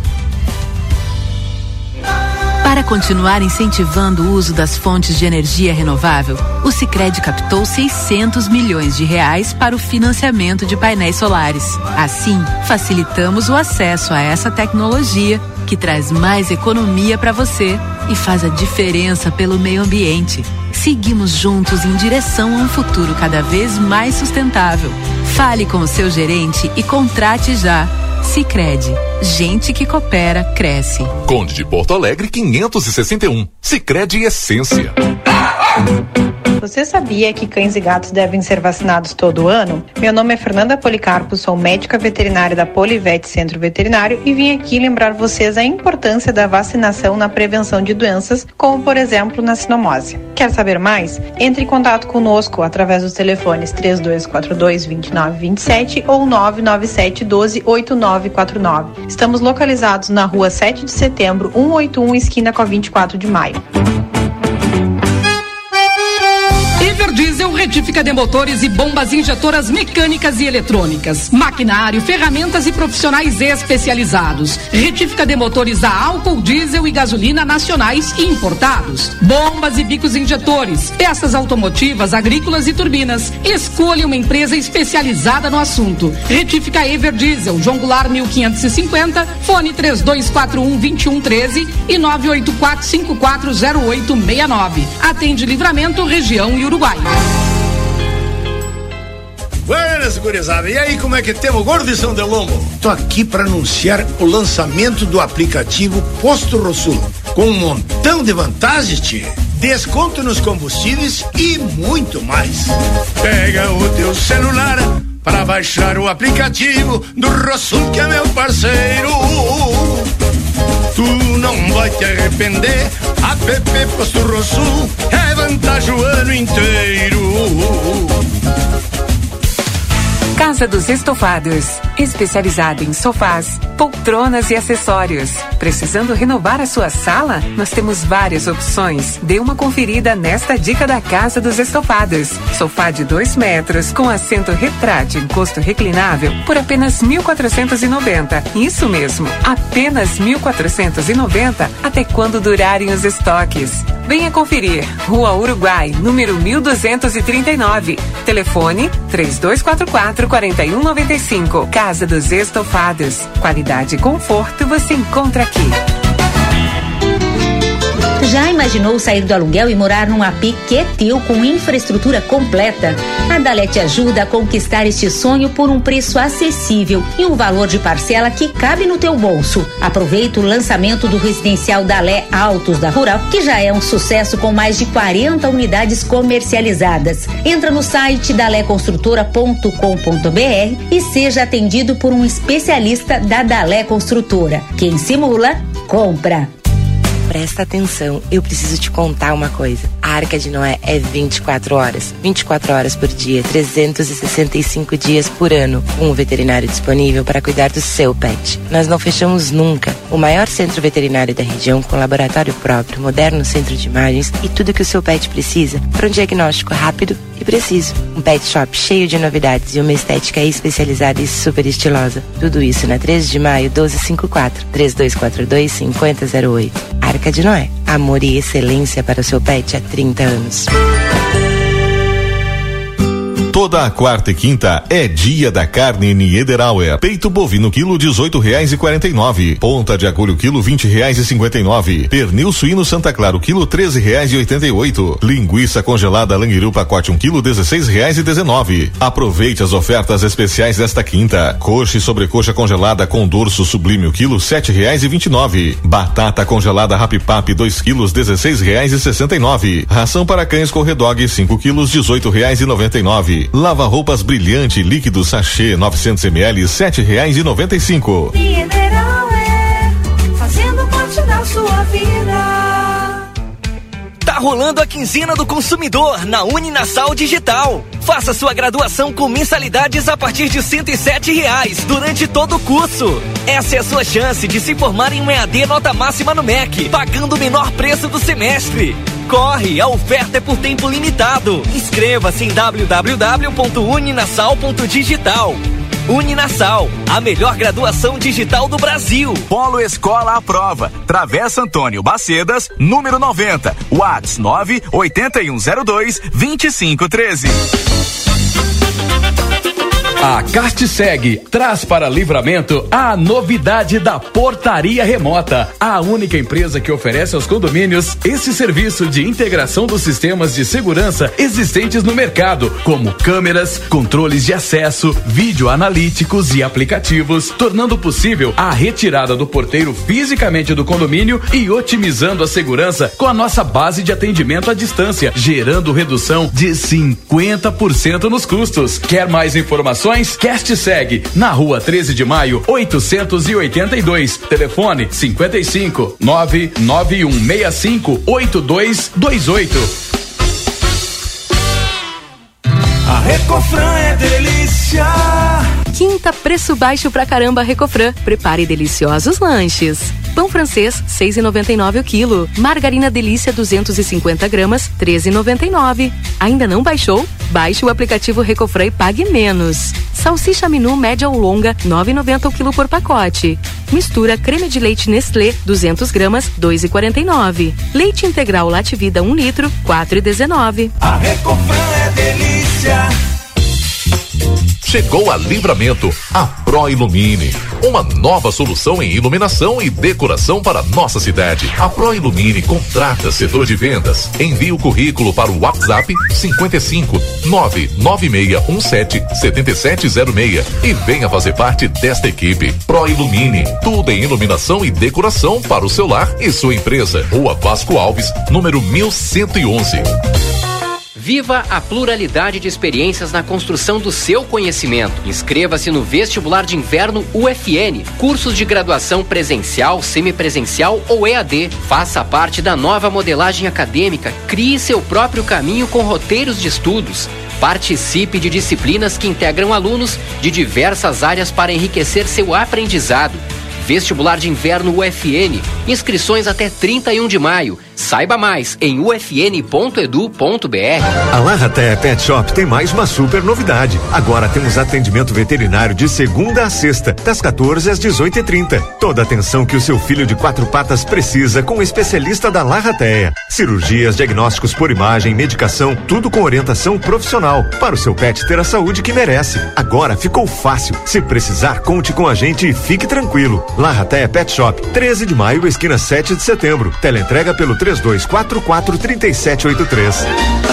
Para continuar incentivando o uso das fontes de energia renovável, o Sicredi captou 600 milhões de reais para o financiamento de painéis solares. Assim, facilitamos o acesso a essa tecnologia que traz mais economia para você e faz a diferença pelo meio ambiente. Seguimos juntos em direção a um futuro cada vez mais sustentável. Fale com o seu gerente e contrate já. Sicredi, gente que coopera, cresce. Conde de Porto Alegre 561. Sicredi Essência. Você sabia que cães e gatos devem ser vacinados todo ano? Meu nome é Fernanda Policarpo, sou médica veterinária da Polivete Centro Veterinário e vim aqui lembrar vocês a importância da vacinação na prevenção de doenças, como por exemplo na cinomose. Quer saber mais? Entre em contato conosco através dos telefones 3242-2927 ou 997-12-8949. Estamos localizados na rua 7 de setembro, 181, esquina com a 24 de maio. Everdiesel retífica de motores e bombas injetoras mecânicas e eletrônicas, maquinário, ferramentas e profissionais especializados. Retífica de motores a álcool, diesel e gasolina nacionais e importados. Bombas e bicos injetores, peças automotivas, agrícolas e turbinas. Escolha uma empresa especializada no assunto. Retífica Everdiesel, João Goulart 1550, fone 3241-2113 e 984540869. Atende Livramento, região e Uruguai. Buenas, gurizada. E aí, como é que temos, gordo de São Delombo? Tô aqui para anunciar o lançamento do aplicativo Posto Rosul, com um montão de vantagens, tchê. Desconto nos combustíveis e muito mais. Pega o teu celular para baixar o aplicativo do Rosul, que é meu parceiro. Tu não vai te arrepender. App Posto Rosul é vantagem o ano inteiro. Casa dos Estofados, especializada em sofás, poltronas e acessórios. Precisando renovar a sua sala? Nós temos várias opções. Dê uma conferida nesta dica da Casa dos Estofados. Sofá de 2 metros com assento retrátil e encosto reclinável por apenas 1.490. Isso mesmo, apenas 1.490 até quando durarem os estoques. Venha conferir. Rua Uruguai, número 1239. Telefone 3244-4195. Casa dos Estofados. Qualidade e conforto você encontra aqui. Já imaginou sair do aluguel e morar num AP que é teu, com infraestrutura completa? A Dalé te ajuda a conquistar este sonho por um preço acessível e um valor de parcela que cabe no teu bolso. Aproveita o lançamento do residencial Dalé Altos da Rural, que já é um sucesso com mais de 40 unidades comercializadas. Entra no site daléconstrutora.com.br e seja atendido por um especialista da Dalé Construtora. Quem simula, compra. Presta atenção, eu preciso te contar uma coisa. A Arca de Noé é 24 horas. 24 horas por dia, 365 dias por ano. Com um veterinário disponível para cuidar do seu pet. Nós não fechamos nunca. O maior centro veterinário da região, com laboratório próprio, moderno centro de imagens e tudo que o seu pet precisa para um diagnóstico rápido e preciso. Um pet shop cheio de novidades e uma estética especializada e super estilosa. Tudo isso na 13 de maio, 1254, 3242-5008. Arca de Noé, amor e excelência para o seu pet há 30 anos. Toda a quarta e quinta é dia da carne Niederauer. Peito bovino quilo R$18,49. Ponta de agulho quilo R$20,59. Pernil suíno Santa Clara quilo R$13,88. Linguiça congelada Languiru pacote 1 quilo R$16,19. Aproveite as ofertas especiais desta quinta. Coxa e sobrecoxa congelada com dorso sublime o quilo R$7,29. Batata congelada Rapipap 2 quilos R$16,69. Ração para cães Corredog 5 quilos R$18,99. Lava-roupas brilhante líquido sachê 900 ml R$7,95. Mineral fazendo parte da sua vida. Tá rolando a quinzena do consumidor na Uninasal Digital. Faça sua graduação com mensalidades a partir de R$107 durante todo o curso. Essa é a sua chance de se formar em um EAD nota máxima no MEC, pagando o menor preço do semestre. Corre, a oferta é por tempo limitado. Inscreva-se em www.uninasal.digital. Uninasal, a melhor graduação digital do Brasil. Polo Escola à Prova, Travessa Antônio Bacedas, número 90, WhatsApp 98102-2513. A Castseg traz para Livramento a novidade da portaria remota, a única empresa que oferece aos condomínios esse serviço de integração dos sistemas de segurança existentes no mercado, como câmeras, controles de acesso, vídeo analíticos e aplicativos, tornando possível a retirada do porteiro fisicamente do condomínio e otimizando a segurança com a nossa base de atendimento à distância, gerando redução de 50% nos custos. Quer mais informações? Castseg, na rua 13 de maio, 882. Telefone 55 99165 8228. A Recofran é delícia. Quinta, preço baixo pra caramba Recofran. Prepare deliciosos lanches. Pão francês, 6,99 o quilo. Margarina Delícia, 250 gramas, 13,99. Ainda não baixou? Baixe o aplicativo Recofran e pague menos. Salsicha Minu média ou longa, 9,90 o quilo por pacote. Mistura creme de leite Nestlé, 200 gramas, 2,49. Leite integral Lativida 1 litro, 4,19. A Recofran é delícia. Chegou a Livramento, a Pro Ilumine, uma nova solução em iluminação e decoração para nossa cidade. A Pro Ilumine contrata setor de vendas. Envie o currículo para o WhatsApp 55 99617 7706 e venha fazer parte desta equipe. Pro Ilumine, tudo em iluminação e decoração para o seu lar e sua empresa. Rua Vasco Alves, número 1111. Viva a pluralidade de experiências na construção do seu conhecimento. Inscreva-se no Vestibular de Inverno UFN. Cursos de graduação presencial, semipresencial ou EAD. Faça parte da nova modelagem acadêmica. Crie seu próprio caminho com roteiros de estudos. Participe de disciplinas que integram alunos de diversas áreas para enriquecer seu aprendizado. Vestibular de Inverno UFN. Inscrições até 31 de maio. Saiba mais em ufn.edu.br. A Larratea Pet Shop tem mais uma super novidade. Agora temos atendimento veterinário de segunda a sexta, das 14 às 18h30. Toda a atenção que o seu filho de 4 patas precisa com o especialista da Larratea. Cirurgias, diagnósticos por imagem, medicação, tudo com orientação profissional para o seu pet ter a saúde que merece. Agora ficou fácil. Se precisar, conte com a gente e fique tranquilo. Larratea Pet Shop, 13 de maio, esquina 7 de setembro. Teleentrega pelo 3244-3783.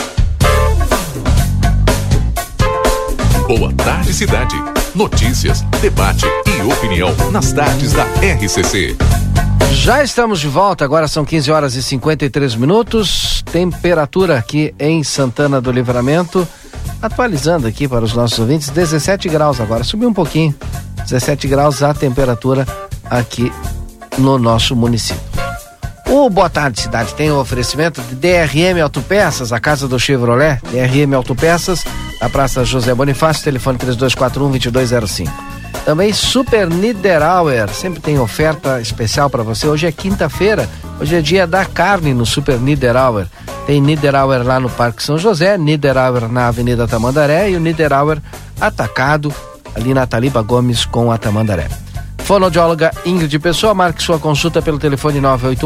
Boa tarde, cidade. Notícias, debate e opinião nas tardes da RCC. Já estamos de volta, agora são 15 horas e 53 minutos. Temperatura aqui em Santana do Livramento, atualizando aqui para os nossos ouvintes, 17 graus agora, subiu um pouquinho, 17 graus a temperatura aqui no nosso município. O Boa Tarde Cidade tem um oferecimento de DRM Autopeças, a casa do Chevrolet. DRM Autopeças, na Praça José Bonifácio, telefone 3241-2205. Também Super Niederauer, sempre tem oferta especial para você. Hoje é quinta-feira, hoje é dia da carne no Super Niederauer. Tem Niederauer lá no Parque São José, Niederauer na Avenida Tamandaré e o Niederauer atacado ali na Taliba Gomes com a Tamandaré. Fonoaudióloga Ingrid Pessoa, marque sua consulta pelo telefone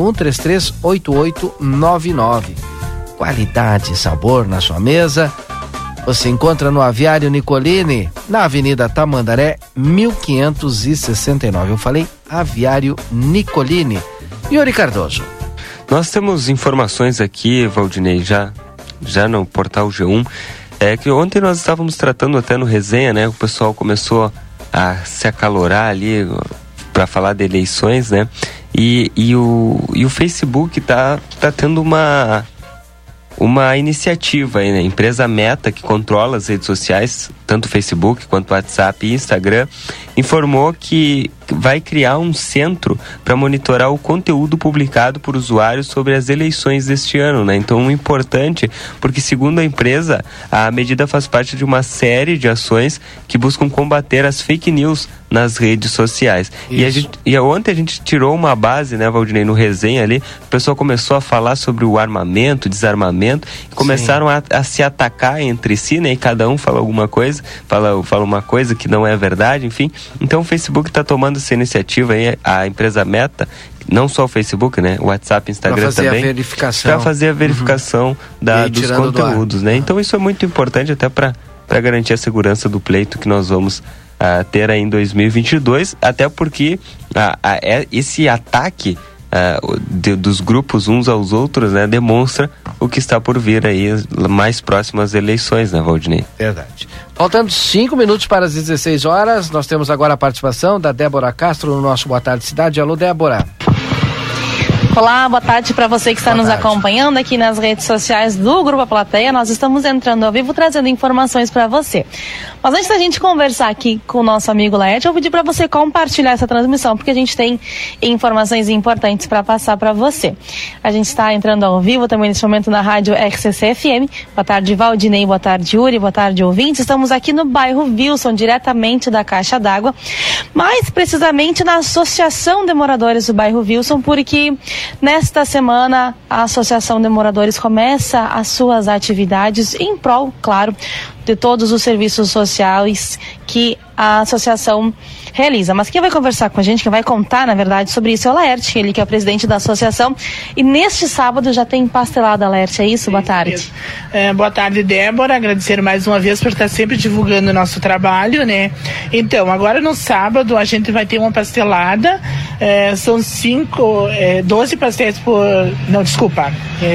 981-338899. Qualidade e sabor na sua mesa você encontra no Aviário Nicolini, na Avenida Tamandaré 1569. Eu falei Aviário Nicolini. Yuri Cardoso. Nós temos informações aqui, Valdinei, já no portal G1, que ontem nós estávamos tratando até no resenha, né? O pessoal começou a se acalorar ali para falar de eleições, né? E o Facebook tá tendo uma iniciativa aí, né? A empresa Meta, que controla as redes sociais, tanto o Facebook quanto o WhatsApp e Instagram, informou que vai criar um centro para monitorar o conteúdo publicado por usuários sobre as eleições deste ano, né? Então, importante, porque segundo a empresa, a medida faz parte de uma série de ações que buscam combater as fake news nas redes sociais. E ontem a gente tirou uma base, né, Valdinei, no resenha ali, o pessoal começou a falar sobre o armamento, desarmamento, e começaram a se atacar entre si, né, e cada um fala alguma coisa, fala uma coisa que não é verdade, enfim. Então o Facebook está tomando essa iniciativa aí, a empresa Meta, não só o Facebook, né, o WhatsApp, Instagram também, para fazer a verificação dos conteúdos, né? Então isso é muito importante até para para garantir a segurança do pleito que nós vamos ter aí em 2022, até porque esse ataque dos grupos uns aos outros, né, demonstra o que está por vir aí mais próximo às eleições, né, Valdinei? Verdade. Faltando 5 minutos para as 16 horas, nós temos agora a participação da Débora Castro no nosso Boa Tarde Cidade. Alô, Débora. Olá, boa tarde para você que está nos acompanhando aqui nas redes sociais do Grupo A Plateia. Nós estamos entrando ao vivo trazendo informações para você. Mas antes da gente conversar aqui com o nosso amigo Laerte, eu vou pedir para você compartilhar essa transmissão, porque a gente tem informações importantes para passar para você. A gente está entrando ao vivo também nesse momento na rádio RCC FM. Boa tarde, Valdinei, boa tarde, Yuri, boa tarde, ouvintes. Estamos aqui no bairro Wilson, diretamente da Caixa d'Água, mais precisamente na Associação de Moradores do bairro Wilson, porque nesta semana a Associação de Moradores começa as suas atividades em prol, claro, de todos os serviços sociais que a associação realiza. Mas quem vai conversar com a gente, quem vai contar, na verdade, sobre isso é o Laerte, ele que é o presidente da associação. E neste sábado já tem pastelada, Laerte, é isso? Boa tarde. Boa tarde, Débora. Agradecer mais uma vez por estar sempre divulgando o nosso trabalho, né? Então, agora no sábado a gente vai ter uma pastelada. São 12 pastéis por... Não, desculpa.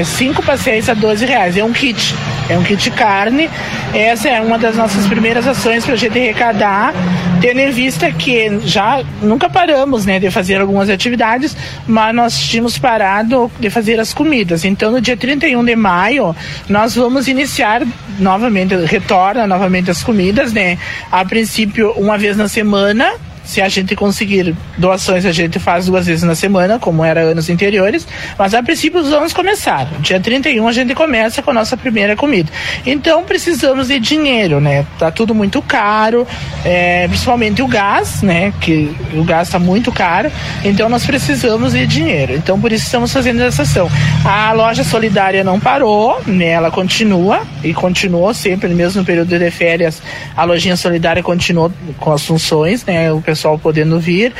5 pastéis a R$12. É um kit. É um kit carne. Essa é uma das nossas primeiras ações para a gente arrecadar, tendo em vista que já nunca paramos, né, de fazer algumas atividades, mas nós tínhamos parado de fazer as comidas. Então, no dia 31 de maio, nós vamos iniciar novamente, retorna novamente as comidas, né? A princípio, uma vez na semana. Se a gente conseguir doações, a gente faz 2 vezes na semana, como era anos anteriores, mas a princípio vamos começar. Dia 31 a gente começa com a nossa primeira comida. Então precisamos de dinheiro, né? Tá tudo muito caro, principalmente o gás, né? Que o gás está muito caro, então nós precisamos de dinheiro. Então por isso estamos fazendo essa ação. A loja solidária não parou, né? Ela continua e continuou sempre, mesmo no período de férias, a lojinha solidária continuou com as funções, né? O pessoal podendo vir.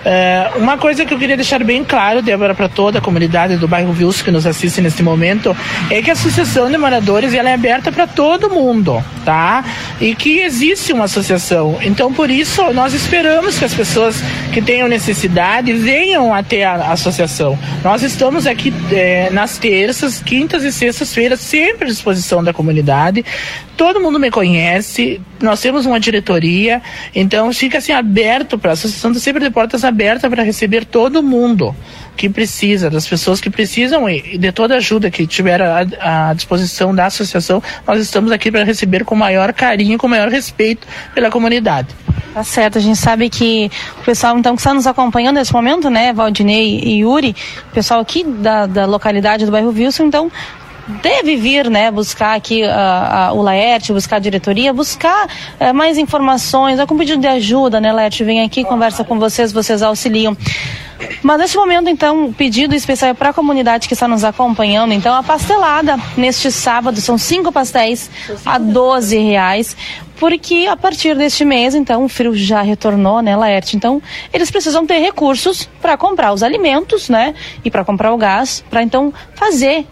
Uma coisa que eu queria deixar bem claro, Débora, para toda a comunidade do bairro Wilson que nos assiste neste momento, é que a Associação de Moradores ela é aberta para todo mundo, tá? E que existe uma associação. Então, por isso, nós esperamos que as pessoas que tenham necessidade venham até a associação. Nós estamos aqui nas terças, quintas e sextas-feiras, sempre à disposição da comunidade. Todo mundo me conhece, nós temos uma diretoria, então fica assim aberto para a associação, está sempre de portas abertas para receber todo mundo que precisa, das pessoas que precisam e de toda ajuda que tiver à disposição da associação. Nós estamos aqui para receber com maior carinho, com maior respeito pela comunidade. Tá certo, a gente sabe que o pessoal então que está nos acompanhando nesse momento, né, Valdinei e Yuri, o pessoal aqui da localidade do bairro Wilson, então deve vir, né, buscar aqui o Laerte, buscar a diretoria, buscar mais informações, com pedido de ajuda, né, Laerte, vem aqui, conversa com vocês auxiliam. Mas nesse momento, então, o pedido especial é para a comunidade que está nos acompanhando. Então, a pastelada neste sábado são 5 pastéis a R$12, porque a partir deste mês, então, o frio já retornou, né, Laerte? Então, eles precisam ter recursos para comprar os alimentos, né, e para comprar o gás, para então fazer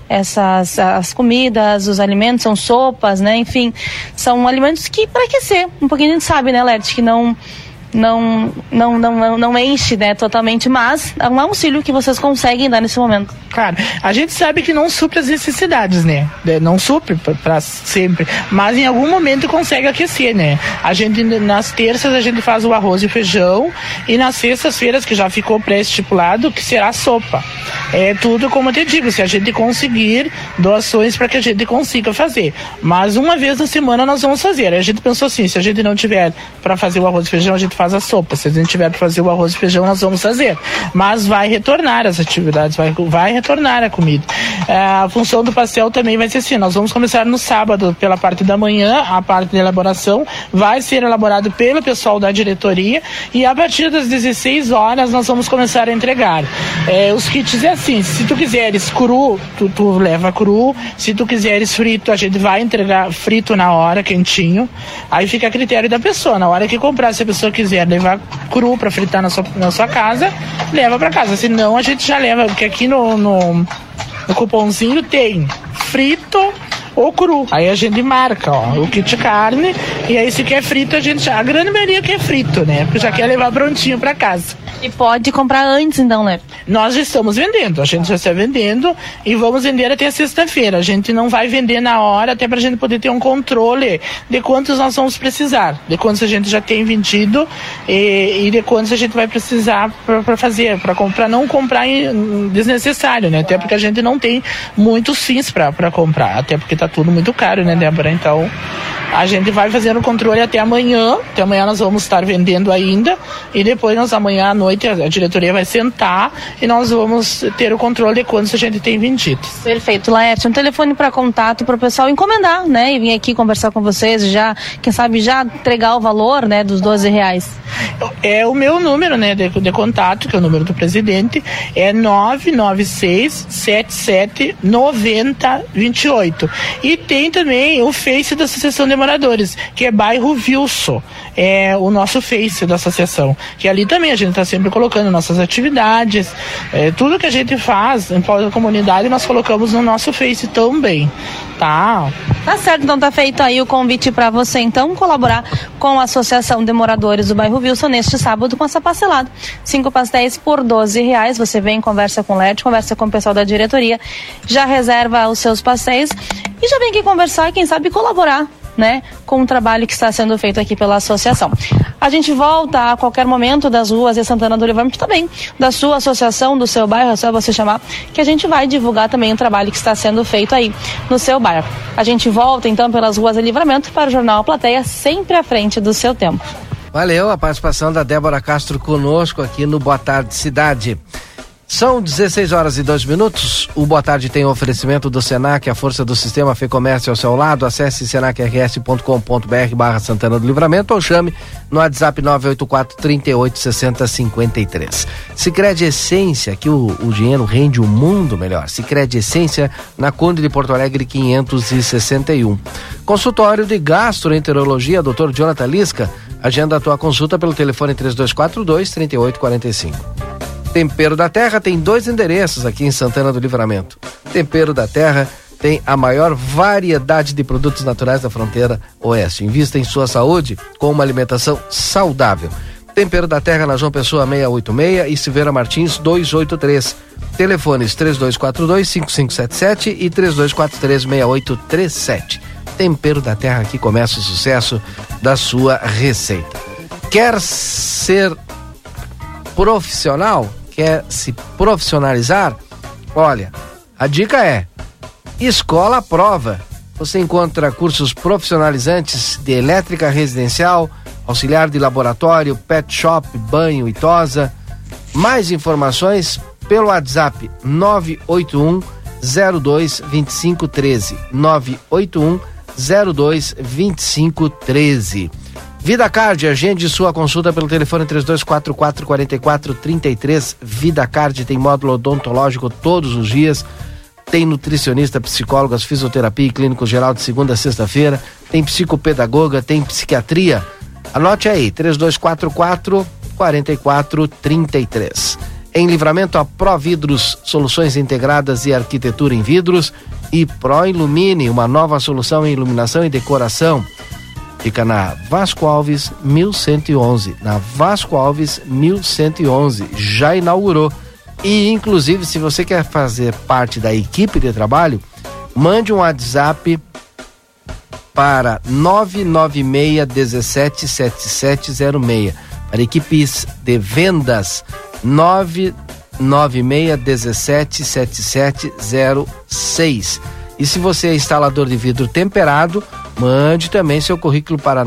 as comidas, os alimentos, são sopas, né, enfim, são alimentos que para aquecer. Um pouquinho a gente sabe, né, Laerte, que não enche, né, totalmente, mas é um auxílio que vocês conseguem dar nesse momento. Claro, a gente sabe que não supre as necessidades, né? Não supre para sempre, mas em algum momento consegue aquecer, né? A gente, nas terças, a gente faz o arroz e feijão, e nas sextas-feiras, que já ficou pré-estipulado, que será sopa. É tudo, como eu te digo, se a gente conseguir doações para que a gente consiga fazer. Mas uma vez na semana nós vamos fazer. A gente pensou assim, se a gente não tiver para fazer o arroz e feijão, a gente faz a sopa. Se a gente tiver para fazer o arroz e feijão, nós vamos fazer. Mas vai retornar as atividades, vai retornar a comida. A função do pastel também vai ser assim, nós vamos começar no sábado pela parte da manhã, a parte de elaboração vai ser elaborado pelo pessoal da diretoria, e a partir das 16 horas nós vamos começar a entregar. Os kits é assim, se tu quiseres cru, tu leva cru, se tu quiseres frito, a gente vai entregar frito na hora, quentinho, aí fica a critério da pessoa, na hora que comprar, se a pessoa quiser levar cru para fritar na sua casa, leva para casa, senão a gente já leva, porque aqui no cupomzinho tem frito ou cru. Aí a gente marca, o kit carne, e aí se quer frito, a grande maioria quer frito, né? Porque já quer levar prontinho pra casa. E pode comprar antes, então, né? Nós já estamos vendendo, a gente já está vendendo e vamos vender até sexta-feira. A gente não vai vender na hora, até pra gente poder ter um controle de quantos nós vamos precisar, de quantos a gente já tem vendido e de quantos a gente vai precisar para fazer, para não comprar desnecessário, né? Até porque a gente não tem muitos fins para comprar, até porque tá tudo muito caro, né, Débora? Então, a gente vai fazendo o controle até amanhã nós vamos estar vendendo ainda, e depois amanhã à noite a diretoria vai sentar e nós vamos ter o controle de quantos a gente tem vendido. Perfeito, Laerte, um telefone para contato para o pessoal encomendar, né, e vir aqui conversar com vocês, já, quem sabe já entregar o valor, né, dos R$12. É o meu número, né, de contato, que é o número do presidente, é 996-77-9028. E tem também o Face da Associação de Moradores, que é Bairro Wilson, é o nosso Face da associação, que ali também a gente está sempre colocando nossas atividades, tudo que a gente faz em prol da comunidade nós colocamos no nosso Face também, tá? Tá certo, então tá feito aí o convite para você então colaborar com a Associação de Moradores do Bairro Wilson neste sábado com essa parcelada, 5 pastéis por R$12, você vem, conversa com o Lerte, conversa com o pessoal da diretoria, já reserva os seus pastéis e já vem aqui conversar e quem sabe colaborar, né, com o trabalho que está sendo feito aqui pela associação. A gente volta a qualquer momento das ruas de Santana do Livramento também, da sua associação, do seu bairro, é só você chamar, que a gente vai divulgar também o trabalho que está sendo feito aí no seu bairro. A gente volta então pelas ruas de Livramento para o Jornal A Plateia, sempre à frente do seu tempo. Valeu a participação da Débora Castro conosco aqui no Boa Tarde Cidade. São 16h02. O Boa Tarde tem oferecimento do Senac, a força do sistema Fê Comércio ao seu lado. Acesse senacrs.com.br/Santana do Livramento ou chame no WhatsApp 984-3860-53. Sicredi Essência, que o dinheiro rende um mundo melhor. Sicredi Essência, na Conde de Porto Alegre 561. Consultório de Gastroenterologia, Dr. Jonathan Lisca. Agenda a tua consulta pelo telefone 3242-3845. Tempero da Terra tem 2 endereços aqui em Santana do Livramento. Tempero da Terra tem a maior variedade de produtos naturais da fronteira oeste. Invista em sua saúde com uma alimentação saudável. Tempero da Terra na João Pessoa 686 e Silveira Martins 283. Telefones 3242-5577 e 3243-6837. Tempero da Terra, que começa o sucesso da sua receita. Quer ser profissional? Quer se profissionalizar? Olha, a dica é Escola à Prova. Você encontra cursos profissionalizantes de elétrica residencial, auxiliar de laboratório, pet shop, banho e tosa. Mais informações pelo WhatsApp 981 02 2513 981 02 2513. VidaCard, agende sua consulta pelo telefone 3244-4433. VidaCard tem módulo odontológico todos os dias, tem nutricionista, psicólogas, fisioterapia e clínico geral de segunda a sexta-feira, tem psicopedagoga, tem psiquiatria. Anote aí, 3244-4433. Em Livramento, a Providros, soluções integradas e arquitetura em vidros, e Proilumine, uma nova solução em iluminação e decoração. Fica na Vasco Alves 1111, na Vasco Alves 1111, já inaugurou. E inclusive, se você quer fazer parte da equipe de trabalho, mande um WhatsApp para 996-177706, para equipes de vendas 996-177706. E se você é instalador de vidro temperado, mande também seu currículo para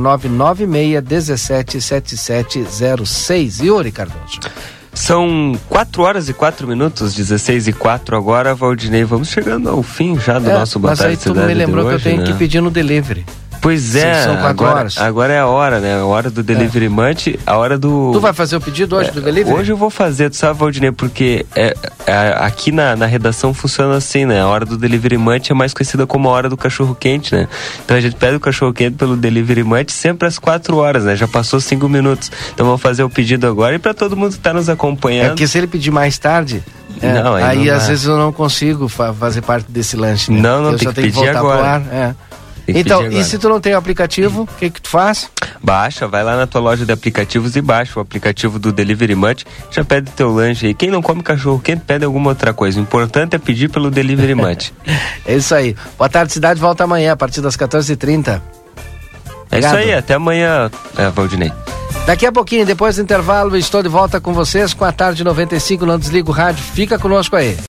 996-177706. Yuri Cardoso. São 4h04, 16h04 agora, Valdinei. Vamos chegando ao fim já do nosso Boa Tarde Cidade. Mas aí tu me lembrou que hoje, eu tenho que pedir no delivery. Pois é, são 4 horas. Agora é a hora, né? A hora do Delivery Munch, a hora do... Tu vai fazer o pedido hoje do Delivery? Hoje eu vou fazer, tu sabe, Valdinei, porque aqui na redação funciona assim, né? A hora do Delivery Munch é mais conhecida como a hora do cachorro-quente, né? Então a gente pede o cachorro-quente pelo Delivery Munch sempre às 4 horas, né? Já passou 5 minutos. Então vamos fazer o pedido agora e para todo mundo que tá nos acompanhando. É porque se ele pedir mais tarde... Não, aí não às dá. vezes eu não consigo fazer parte desse lanche, né? Não, eu tem só que tenho que pedir voltar agora. pro ar. Tem que Então, pedir e agora. se tu não tem o aplicativo, o que tu faz? Baixa, vai lá na tua loja de aplicativos e baixa o aplicativo do Delivery Munch, já pede teu lanche aí. Quem não come cachorro, quem pede alguma outra coisa, o importante é pedir pelo Delivery Munch. É isso aí. Boa tarde, cidade, volta amanhã, a partir das 14h30. É isso aí, até amanhã, Valdinei. Daqui a pouquinho, depois do intervalo, estou de volta com vocês com a Tarde 95, não desliga o rádio, fica conosco aí.